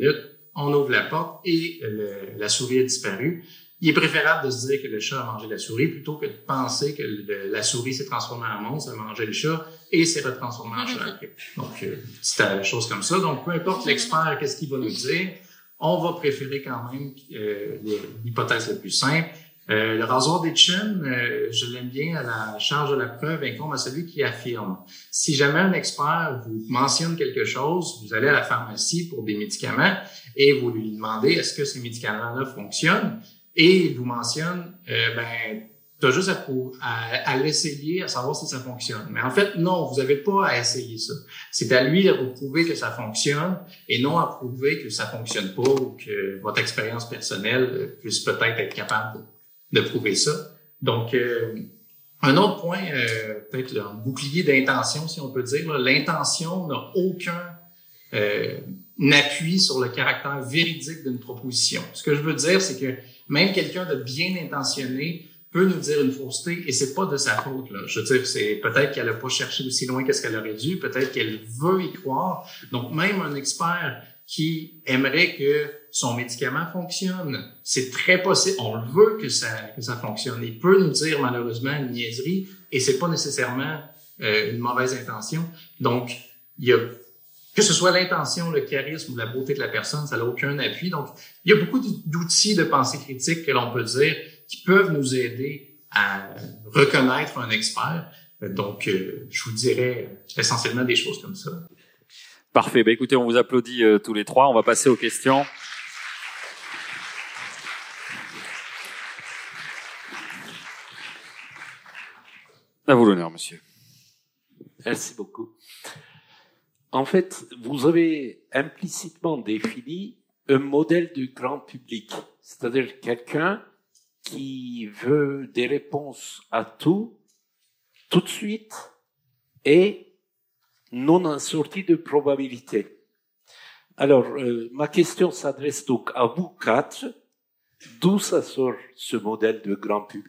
on ouvre la porte et la souris a disparu. Il est préférable de se dire que le chat a mangé la souris plutôt que de penser que la souris s'est transformée en monstre, a mangé le chat et s'est retransformée en chat après. Donc, c'est la chose comme ça. Donc, peu importe l'expert, qu'est-ce qu'il va nous dire, on va préférer quand même l'hypothèse la plus simple. Le rasoir d'Etchen, je l'aime bien, à la charge de la preuve incombe à celui qui affirme. Si jamais un expert vous mentionne quelque chose, vous allez à la pharmacie pour des médicaments et vous lui demandez est-ce que ces médicaments-là fonctionnent et il vous mentionne, tu as juste à l'essayer, à savoir si ça fonctionne. Mais en fait, non, vous n'avez pas à essayer ça. C'est à lui de vous prouver que ça fonctionne et non à prouver que ça fonctionne pas ou que votre expérience personnelle puisse peut-être être capable de prouver ça. Donc, un autre point, peut-être un bouclier d'intention, si on peut dire, là, l'intention n'a aucun appui sur le caractère véridique d'une proposition. Ce que je veux dire, c'est que même quelqu'un de bien intentionné peut nous dire une fausseté et c'est pas de sa faute, là. Je veux dire, c'est peut-être qu'elle a pas cherché aussi loin qu'est-ce qu'elle aurait dû, peut-être qu'elle veut y croire. Donc, même un expert qui aimerait que son médicament fonctionne, c'est très possible. On le veut que ça fonctionne. Il peut nous dire malheureusement une niaiserie et c'est pas nécessairement une mauvaise intention. Donc, il y a que ce soit l'intention, le charisme ou la beauté de la personne, ça n'a aucun appui. Donc, il y a beaucoup d'outils de pensée critique que l'on peut dire qui peuvent nous aider à reconnaître un expert. Donc, je vous dirais essentiellement des choses comme ça. Parfait. Ben, écoutez, on vous applaudit tous les trois. On va passer aux questions. À vous l'honneur, monsieur. Merci beaucoup. En fait, vous avez implicitement défini un modèle du grand public, c'est-à-dire quelqu'un qui veut des réponses à tout de suite et non assorties de probabilité. Alors, ma question s'adresse donc à vous quatre. D'où ça sort ce modèle de grand public ?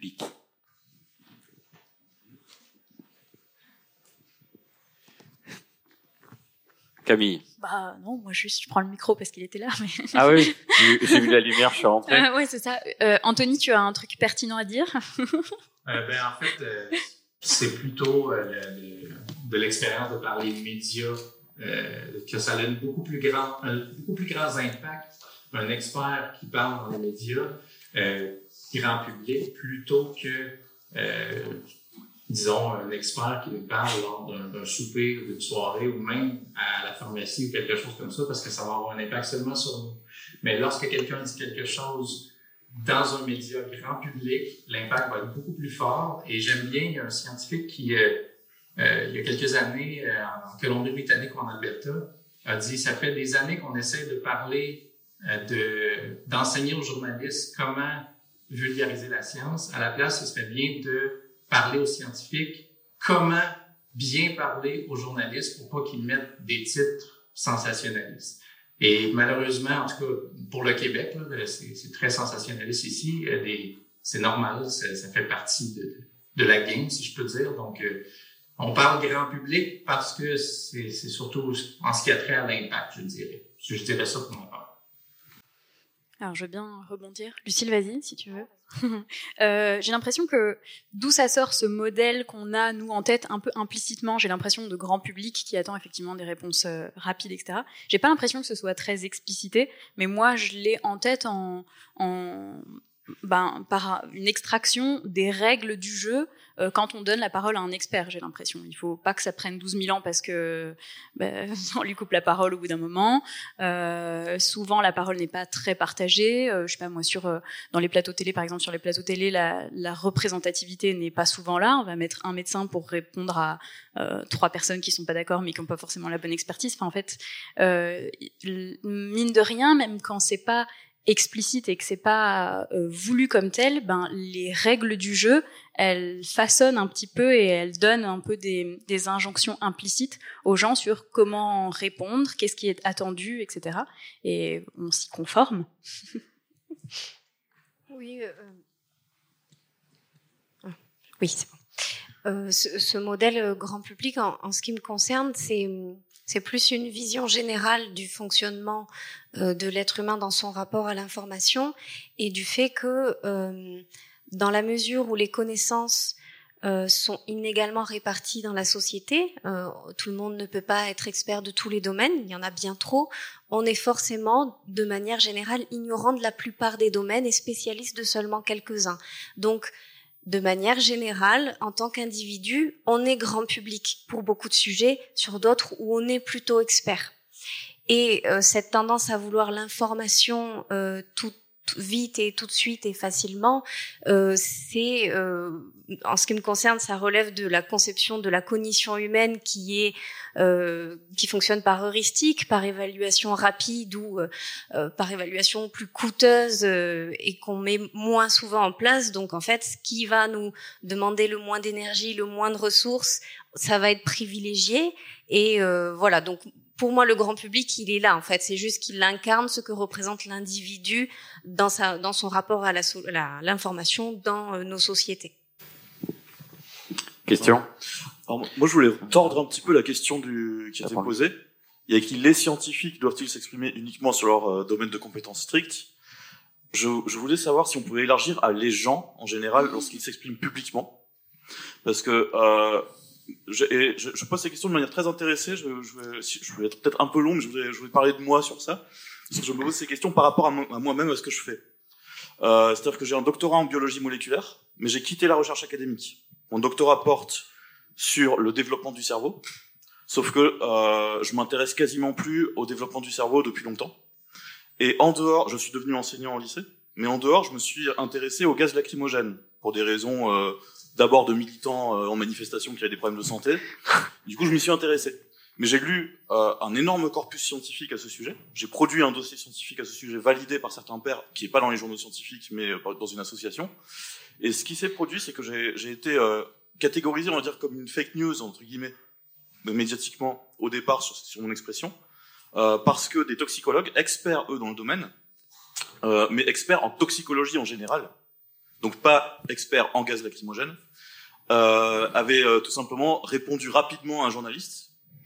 Camille. Bah non, moi juste je prends le micro parce qu'il était là. Mais... Ah oui, j'ai vu la lumière, je suis rentré. Ouais, c'est ça. Anthony, tu as un truc pertinent à dire? En fait, c'est plutôt de l'expérience de parler de médias que ça a un beaucoup plus grand impact. Un expert qui parle dans les médias, grand public, plutôt que disons, un expert qui nous parle lors d'un souper ou d'une soirée ou même à la pharmacie ou quelque chose comme ça, parce que ça va avoir un impact seulement sur nous. Mais lorsque quelqu'un dit quelque chose dans un média grand public, l'impact va être beaucoup plus fort. Et j'aime bien, il y a un scientifique qui, il y a quelques années, en Colombie-Britannique ou en Alberta, a dit, ça fait des années qu'on essaie de parler, d'enseigner aux journalistes comment vulgariser la science. À la place, ce serait bien de parler aux scientifiques comment bien parler aux journalistes pour pas qu'ils mettent des titres sensationnalistes. Et malheureusement, en tout cas, pour le Québec, là, c'est très sensationnaliste ici. C'est normal, ça fait partie de la game, si je peux dire. Donc, on parle grand public parce que c'est surtout en ce qui a trait à l'impact, je dirais. Je dirais ça pour mon part. Alors, je veux bien rebondir. Lucille, vas-y, si tu veux. J'ai l'impression que d'où ça sort ce modèle qu'on a, nous, en tête, un peu implicitement, j'ai l'impression de grand public qui attend effectivement des réponses rapides, etc. J'ai pas l'impression que ce soit très explicité, mais moi, je l'ai en tête par une extraction des règles du jeu quand on donne la parole à un expert, j'ai l'impression. Il faut pas que ça prenne 12 000 ans parce que on lui coupe la parole au bout d'un moment. Souvent, la parole n'est pas très partagée. Je sais pas moi, dans les plateaux télé, par exemple, sur les plateaux télé, la représentativité n'est pas souvent là. On va mettre un médecin pour répondre à 3 personnes qui sont pas d'accord mais qui n'ont pas forcément la bonne expertise. Enfin, en fait, mine de rien, même quand c'est pas explicite et que c'est pas voulu comme tel, les règles du jeu, elles façonnent un petit peu et elles donnent un peu des injonctions implicites aux gens sur comment répondre, qu'est-ce qui est attendu, etc. Et on s'y conforme. Oui, oui, c'est bon. Ce modèle grand public, en ce qui me concerne, c'est C'est plus une vision générale du fonctionnement de l'être humain dans son rapport à l'information et du fait que dans la mesure où les connaissances sont inégalement réparties dans la société, tout le monde ne peut pas être expert de tous les domaines, il y en a bien trop, on est forcément, de manière générale, ignorant de la plupart des domaines et spécialiste de seulement quelques-uns. Donc, de manière générale, en tant qu'individu, on est grand public pour beaucoup de sujets, sur d'autres où on est plutôt expert. Et cette tendance à vouloir l'information tout vite et tout de suite et facilement, c'est, en ce qui me concerne, ça relève de la conception de la cognition humaine qui fonctionne par heuristique, par évaluation rapide ou par évaluation plus coûteuse et qu'on met moins souvent en place. Donc en fait, ce qui va nous demander le moins d'énergie, le moins de ressources, ça va être privilégié. Et voilà, donc pour moi, le grand public, il est là, en fait. C'est juste qu'il incarne ce que représente l'individu dans son rapport à l'information dans nos sociétés. Question ? Alors, moi, je voulais tordre un petit peu la question qui a été posée. Il y a écrit « Les scientifiques doivent-ils s'exprimer uniquement sur leur domaine de compétences strictes ?» Je voulais savoir si on pouvait élargir à les gens, en général, lorsqu'ils s'expriment publiquement. Parce que je pose ces questions de manière très intéressée. Je vais être peut-être un peu long, mais je voulais parler de moi sur ça. Parce que je me pose ces questions par rapport à moi-même, à ce que je fais. C'est-à-dire que j'ai un doctorat en biologie moléculaire, mais j'ai quitté la recherche académique. Mon doctorat porte sur le développement du cerveau, sauf que je m'intéresse quasiment plus au développement du cerveau depuis longtemps. Et en dehors, je suis devenu enseignant au lycée, mais en dehors, je me suis intéressé aux gaz lacrymogènes, pour des raisons d'abord de militants en manifestation qui avaient des problèmes de santé. Du coup, je m'y suis intéressé. Mais j'ai lu un énorme corpus scientifique à ce sujet. J'ai produit un dossier scientifique à ce sujet validé par certains pairs, qui n'est pas dans les journaux scientifiques, mais dans une association. Et ce qui s'est produit, c'est que j'ai été catégorisé, on va dire, comme une fake news, entre guillemets, médiatiquement, au départ, sur mon expression, parce que des toxicologues, experts, eux, dans le domaine, mais experts en toxicologie en général, donc pas experts en gaz lacrymogène, avaient tout simplement répondu rapidement à un journaliste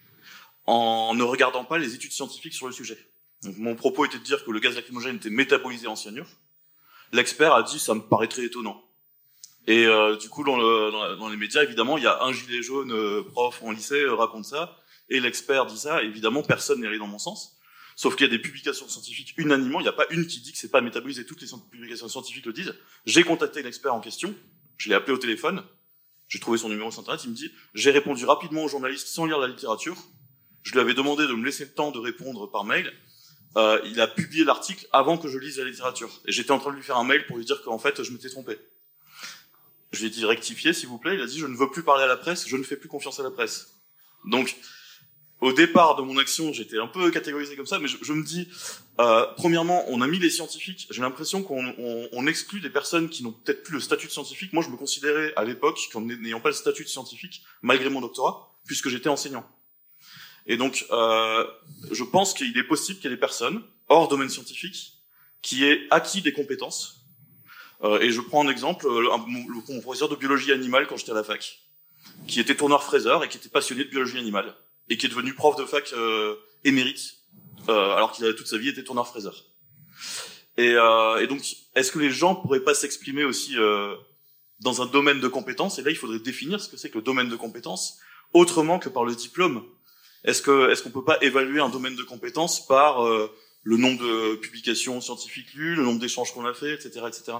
en ne regardant pas les études scientifiques sur le sujet. Donc mon propos était de dire que le gaz lacrymogène était métabolisé en cyanure. L'expert a dit « ça me paraît très étonnant ». Et du coup, dans les médias, évidemment, il y a un gilet jaune prof en lycée raconte ça, et l'expert dit ça, évidemment, personne n'est allé dans mon sens. Sauf qu'il y a des publications scientifiques unanimement, il n'y a pas une qui dit que c'est pas métabolisé, toutes les publications scientifiques le disent. J'ai contacté l'expert en question, je l'ai appelé au téléphone, j'ai trouvé son numéro sur internet, il me dit « j'ai répondu rapidement aux journalistes sans lire la littérature, je lui avais demandé de me laisser le temps de répondre par mail, il a publié l'article avant que je lise la littérature. Et j'étais en train de lui faire un mail pour lui dire qu'en fait, je m'étais trompé. Je lui ai dit rectifier, s'il vous plaît. Il a dit je ne veux plus parler à la presse, je ne fais plus confiance à la presse. Donc, au départ de mon action, j'étais un peu catégorisé comme ça, mais je me dis, premièrement, on a mis les scientifiques. J'ai l'impression qu'on exclut des personnes qui n'ont peut-être plus le statut de scientifique. Moi, je me considérais à l'époque comme n'ayant pas le statut de scientifique, malgré mon doctorat, puisque j'étais enseignant. Et donc, je pense qu'il est possible qu'il y ait des personnes, hors domaine scientifique, qui aient acquis des compétences. Et je prends un exemple, mon professeur de biologie animale quand j'étais à la fac, qui était tourneur-fraiseur et qui était passionné de biologie animale, et qui est devenu prof de fac émérite, alors qu'il a toute sa vie été tourneur-fraiseur. Et donc, est-ce que les gens pourraient pas s'exprimer aussi dans un domaine de compétences? Et là, il faudrait définir ce que c'est que le domaine de compétences, autrement que par le diplôme. Est-ce qu'on peut pas évaluer un domaine de compétences par le nombre de publications scientifiques lues, le nombre d'échanges qu'on a fait, etc., etc.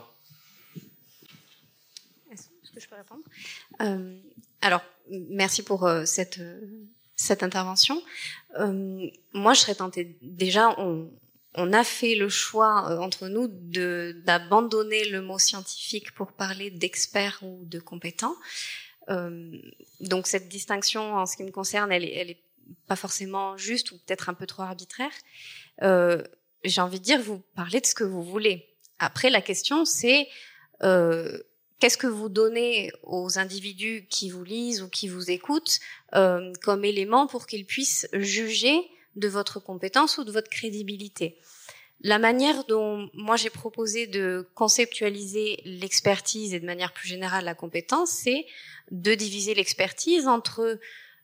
Est-ce que je peux répondre? Alors, merci pour cette intervention. Moi, je serais tentée. Déjà, on a fait le choix entre nous d'abandonner le mot scientifique pour parler d'experts ou de compétents. Donc, cette distinction, en ce qui me concerne, elle est pas forcément juste ou peut-être un peu trop arbitraire. J'ai envie de dire, vous parlez de ce que vous voulez. Après, la question, c'est qu'est-ce que vous donnez aux individus qui vous lisent ou qui vous écoutent comme élément pour qu'ils puissent juger de votre compétence ou de votre crédibilité. La manière dont moi j'ai proposé de conceptualiser l'expertise et de manière plus générale la compétence, c'est de diviser l'expertise entre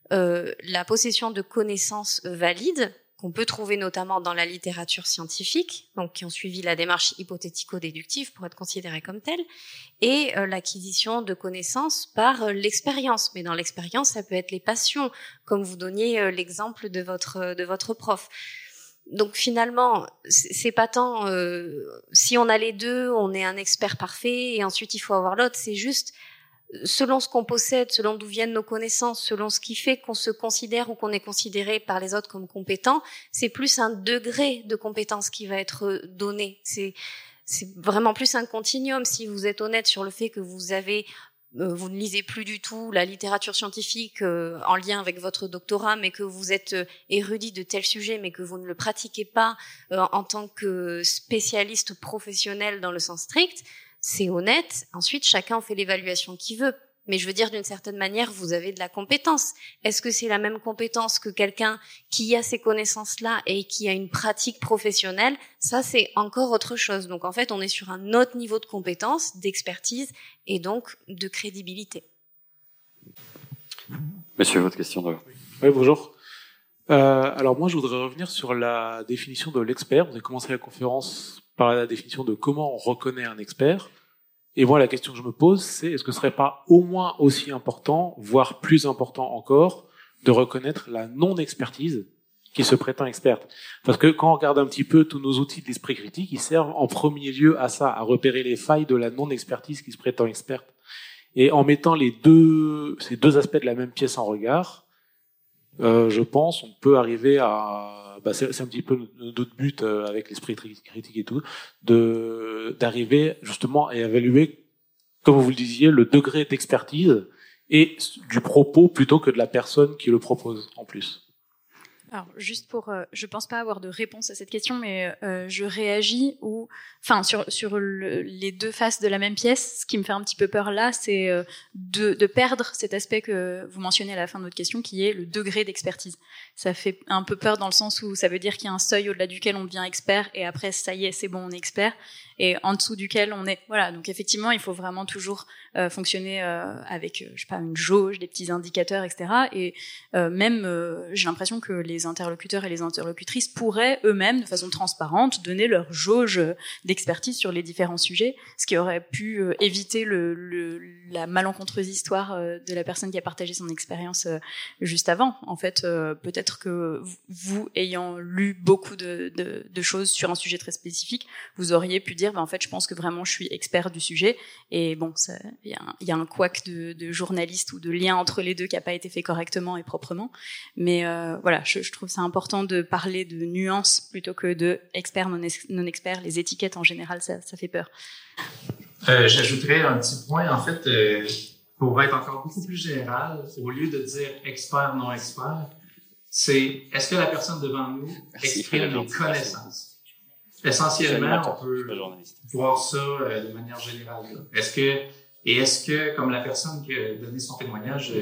la possession de connaissances valides, qu'on peut trouver notamment dans la littérature scientifique, donc qui ont suivi la démarche hypothético-déductive pour être considérées comme telles, et l'acquisition de connaissances par l'expérience. Mais dans l'expérience, ça peut être les passions, comme vous donniez l'exemple de votre prof. Donc finalement, c'est pas tant si on a les deux, on est un expert parfait, et ensuite il faut avoir l'autre. C'est juste selon ce qu'on possède, selon d'où viennent nos connaissances, selon ce qui fait qu'on se considère ou qu'on est considéré par les autres comme compétent, c'est plus un degré de compétence qui va être donné. C'est vraiment plus un continuum. Si vous êtes honnête sur le fait que vous ne lisez plus du tout la littérature scientifique en lien avec votre doctorat, mais que vous êtes érudit de tel sujet, mais que vous ne le pratiquez pas en tant que spécialiste professionnel dans le sens strict, c'est honnête. Ensuite, chacun en fait l'évaluation qu'il veut. Mais je veux dire, d'une certaine manière, vous avez de la compétence. Est-ce que c'est la même compétence que quelqu'un qui a ces connaissances-là et qui a une pratique professionnelle? Ça, c'est encore autre chose. Donc, en fait, on est sur un autre niveau de compétence, d'expertise et donc de crédibilité. Monsieur, votre question de... Oui, bonjour. Alors moi, je voudrais revenir sur la définition de l'expert. Vous avez commencé la conférence par la définition de comment on reconnaît un expert. Et moi, la question que je me pose, c'est est-ce que ce serait pas au moins aussi important, voire plus important encore, de reconnaître la non-expertise qui se prétend experte? Parce que quand on regarde un petit peu tous nos outils de l'esprit critique, ils servent en premier lieu à ça, à repérer les failles de la non-expertise qui se prétend experte. Et en mettant ces deux aspects de la même pièce en regard, je pense, on peut arriver à, c'est un petit peu notre but avec l'esprit critique et tout, d'arriver justement à évaluer, comme vous le disiez, le degré d'expertise et du propos plutôt que de la personne qui le propose en plus. Alors, juste pour, je pense pas avoir de réponse à cette question, mais je réagis sur les deux faces de la même pièce. Ce qui me fait un petit peu peur là, c'est de perdre cet aspect que vous mentionnez à la fin de votre question, qui est le degré d'expertise. Ça fait un peu peur dans le sens où ça veut dire qu'il y a un seuil au-delà duquel on devient expert, et après ça y est, c'est bon, on est expert, et en dessous duquel on est. Voilà. Donc effectivement, il faut vraiment toujours fonctionner avec, je sais pas, une jauge, des petits indicateurs, etc. Et j'ai l'impression que les interlocuteurs et les interlocutrices pourraient eux-mêmes, de façon transparente, donner leur jauge d'expertise sur les différents sujets, ce qui aurait pu éviter la malencontreuse histoire de la personne qui a partagé son expérience juste avant. En fait, peut-être que vous, ayant lu beaucoup de choses sur un sujet très spécifique, vous auriez pu dire, en fait, je pense que vraiment je suis expert du sujet. Et bon, il y a un couac de journaliste ou de lien entre les deux qui n'a pas été fait correctement et proprement. Mais voilà, je trouve ça important de parler de nuances plutôt que de expert, non expert. Les étiquettes en général, ça fait peur. J'ajouterais un petit point, en fait, pour être encore beaucoup plus général, au lieu de dire expert, non expert, c'est est-ce que la personne devant nous exprime des connaissances? Essentiellement, on peut voir ça de manière générale. Est-ce que, comme la personne qui a donné son témoignage,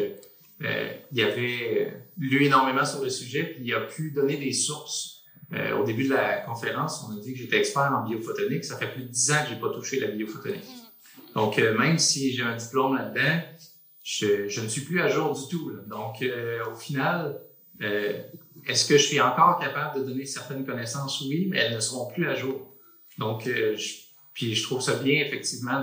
il avait lu énormément sur le sujet, puis il a pu donner des sources. Au début de la conférence, on a dit que j'étais expert en biophotonique. Ça fait plus de 10 ans que j'ai pas touché la biophotonique. Donc, même si j'ai un diplôme là-dedans, je ne suis plus à jour du tout. Là. Donc, au final, est-ce que je suis encore capable de donner certaines connaissances? Oui, mais elles ne seront plus à jour. Donc, puis je trouve ça bien, effectivement,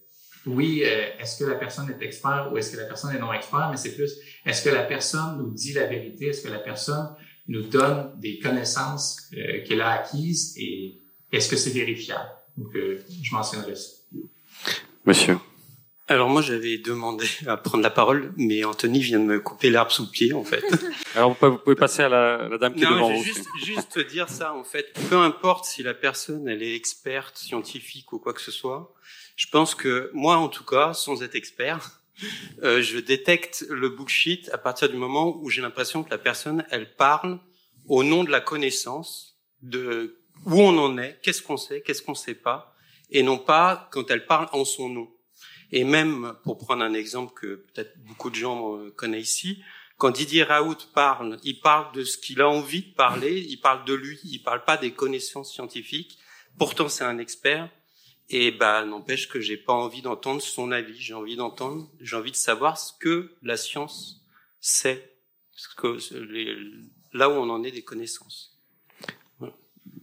est-ce que la personne est expert ou est-ce que la personne est non expert? Mais c'est plus, est-ce que la personne nous dit la vérité? Est-ce que la personne nous donne des connaissances qu'elle a acquises et est-ce que c'est vérifiable? Donc, je mentionnerai ça. Monsieur. Alors moi, j'avais demandé à prendre la parole, mais Anthony vient de me couper l'herbe sous le pied, en fait. Alors, vous pouvez passer à la dame qui est devant vous. Juste dire ça, en fait. Peu importe si la personne, elle est experte, scientifique ou quoi que ce soit, je pense que moi, en tout cas, sans être expert, je détecte le bullshit à partir du moment où j'ai l'impression que la personne, elle parle au nom de la connaissance, de où on en est, qu'est-ce qu'on sait, qu'est-ce qu'on sait pas, et non pas quand elle parle en son nom. Et même, pour prendre un exemple que peut-être beaucoup de gens connaissent ici, quand Didier Raoult parle, il parle de ce qu'il a envie de parler, il parle de lui, il parle pas des connaissances scientifiques, pourtant c'est un expert. Et n'empêche que j'ai pas envie d'entendre son avis. J'ai envie de savoir ce que la science sait. là où on en est des connaissances. Voilà.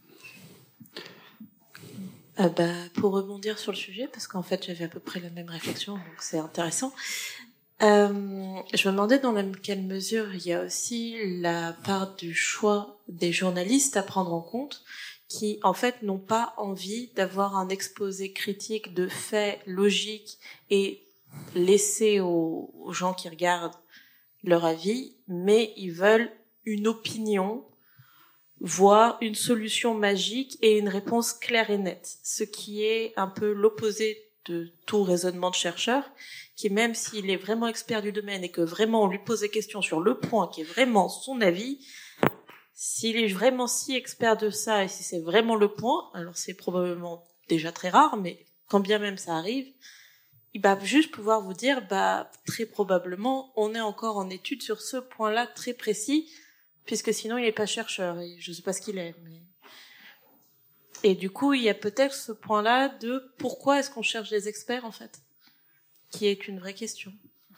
Pour rebondir sur le sujet, parce qu'en fait j'avais à peu près la même réflexion, donc c'est intéressant. Je me demandais dans quelle mesure il y a aussi la part du choix des journalistes à prendre en compte, qui en fait n'ont pas envie d'avoir un exposé critique de faits logiques et laisser aux gens qui regardent leur avis, mais ils veulent une opinion, voire une solution magique et une réponse claire et nette, ce qui est un peu l'opposé de tout raisonnement de chercheur, qui même s'il est vraiment expert du domaine et que vraiment on lui pose des questions sur le point qui est vraiment son avis, s'il est vraiment si expert de ça et si c'est vraiment le point, alors c'est probablement déjà très rare, mais quand bien même ça arrive, il va juste pouvoir vous dire, très probablement, on est encore en étude sur ce point-là très précis, puisque sinon il n'est pas chercheur et je sais pas ce qu'il est. Mais... Et du coup, il y a peut-être ce point-là de pourquoi est-ce qu'on cherche des experts en fait, qui est une vraie question.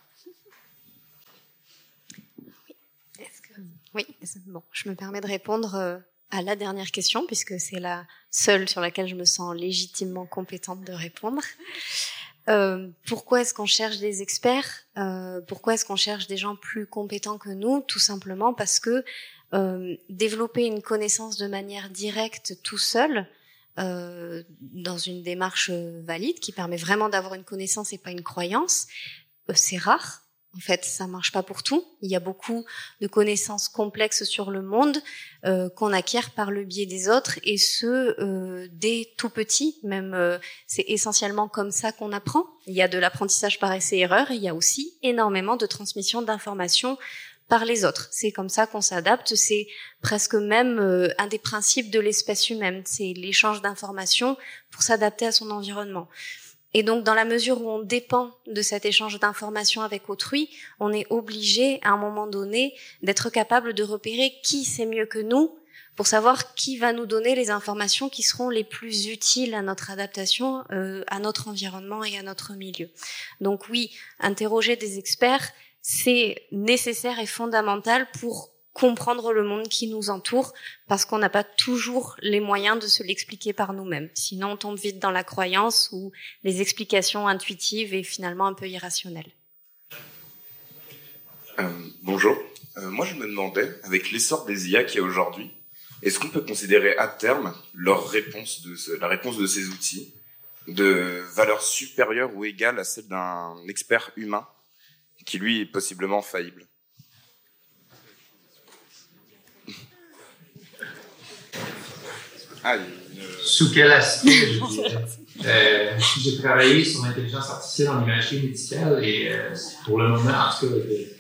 Oui, bon, je me permets de répondre à la dernière question, puisque c'est la seule sur laquelle je me sens légitimement compétente de répondre. Pourquoi est-ce qu'on cherche des experts ? Pourquoi est-ce qu'on cherche des gens plus compétents que nous ? Tout simplement parce que développer une connaissance de manière directe tout seul, dans une démarche valide, qui permet vraiment d'avoir une connaissance et pas une croyance, c'est rare. En fait, ça marche pas pour tout. Il y a beaucoup de connaissances complexes sur le monde qu'on acquiert par le biais des autres, et ce dès tout petit. Même c'est essentiellement comme ça qu'on apprend. Il y a de l'apprentissage par essai-erreur. Il y a aussi énormément de transmission d'informations par les autres. C'est comme ça qu'on s'adapte. C'est presque même un des principes de l'espèce humaine. C'est l'échange d'informations pour s'adapter à son environnement. Et donc, dans la mesure où on dépend de cet échange d'informations avec autrui, on est obligé, à un moment donné, d'être capable de repérer qui sait mieux que nous, pour savoir qui va nous donner les informations qui seront les plus utiles à notre adaptation, à notre environnement et à notre milieu. Donc oui, interroger des experts, c'est nécessaire et fondamental pour comprendre le monde qui nous entoure, parce qu'on n'a pas toujours les moyens de se l'expliquer par nous-mêmes. Sinon, on tombe vite dans la croyance ou les explications intuitives et finalement un peu irrationnelles. Bonjour. Moi, je me demandais, avec l'essor des IA qu'il y a aujourd'hui, est-ce qu'on peut considérer à terme la réponse de ces outils de valeur supérieure ou égale à celle d'un expert humain qui, lui, est possiblement faillible ? Sous quel aspect, je dirais? J'ai travaillé sur l'intelligence artificielle en imagerie médicale et pour le moment, en tout cas,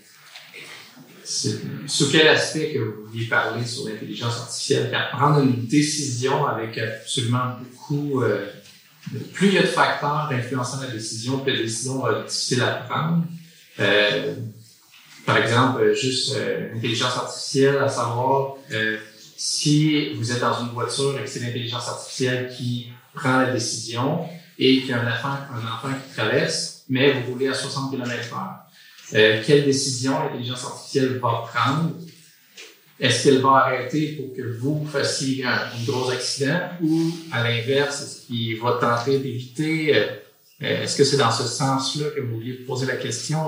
sous quel aspect que vous vouliez parler sur l'intelligence artificielle? Car prendre une décision avec absolument beaucoup... plus il y a de facteurs influençant la décision, plus la décision va être difficile à prendre. Par exemple, juste l'intelligence artificielle, à savoir... si vous êtes dans une voiture et que c'est l'intelligence artificielle qui prend la décision et qu'il y a un enfant qui traverse, mais vous roulez à 60 km/h, quelle décision l'intelligence artificielle va prendre? Est-ce qu'elle va arrêter pour que vous fassiez un gros accident ou, à l'inverse, est-ce qu'il va tenter d'éviter? Est-ce que c'est dans ce sens-là que vous vouliez poser la question?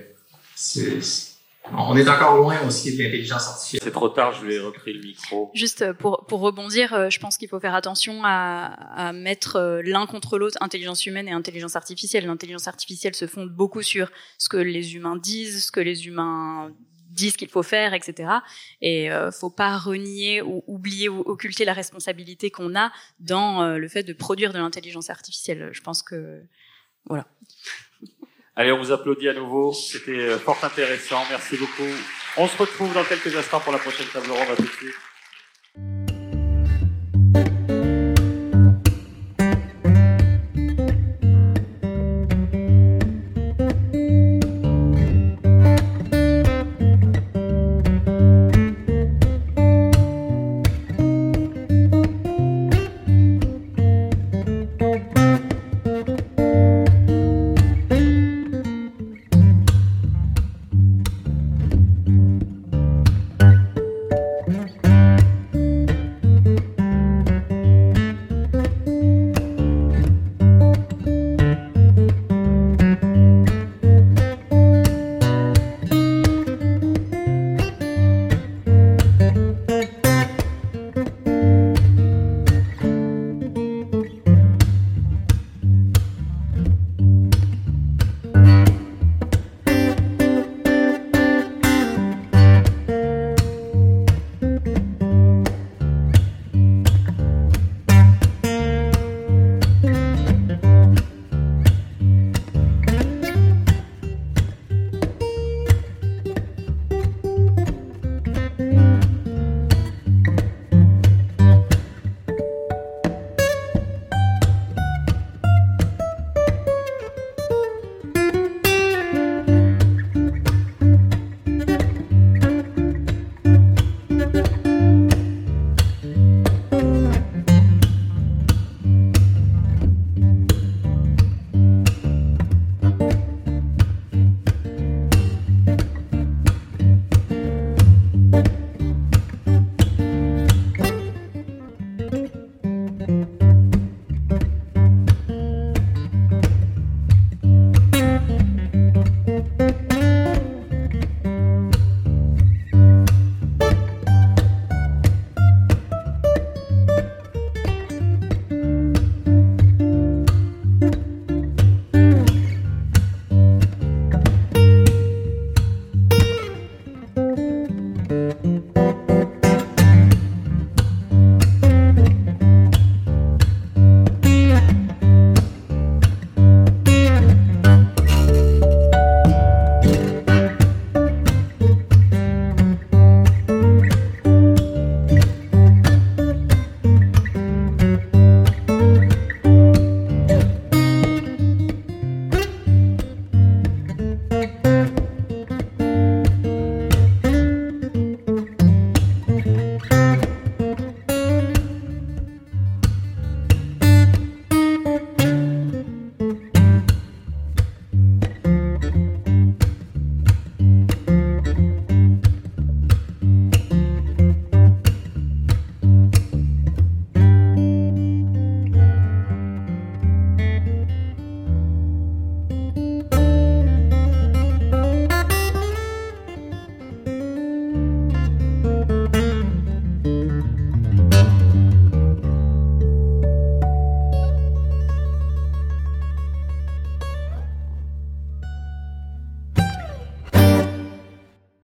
On est encore loin aussi de l'intelligence artificielle. C'est trop tard, je lui ai repris le micro. Juste pour rebondir, je pense qu'il faut faire attention à mettre l'un contre l'autre, intelligence humaine et intelligence artificielle. L'intelligence artificielle se fonde beaucoup sur ce que les humains disent, ce que les humains disent qu'il faut faire, etc. Et faut pas renier ou oublier ou occulter la responsabilité qu'on a dans le fait de produire de l'intelligence artificielle. Je pense que... Voilà. Allez, on vous applaudit à nouveau. C'était fort intéressant. Merci beaucoup. On se retrouve dans quelques instants pour la prochaine table ronde. À tout de suite.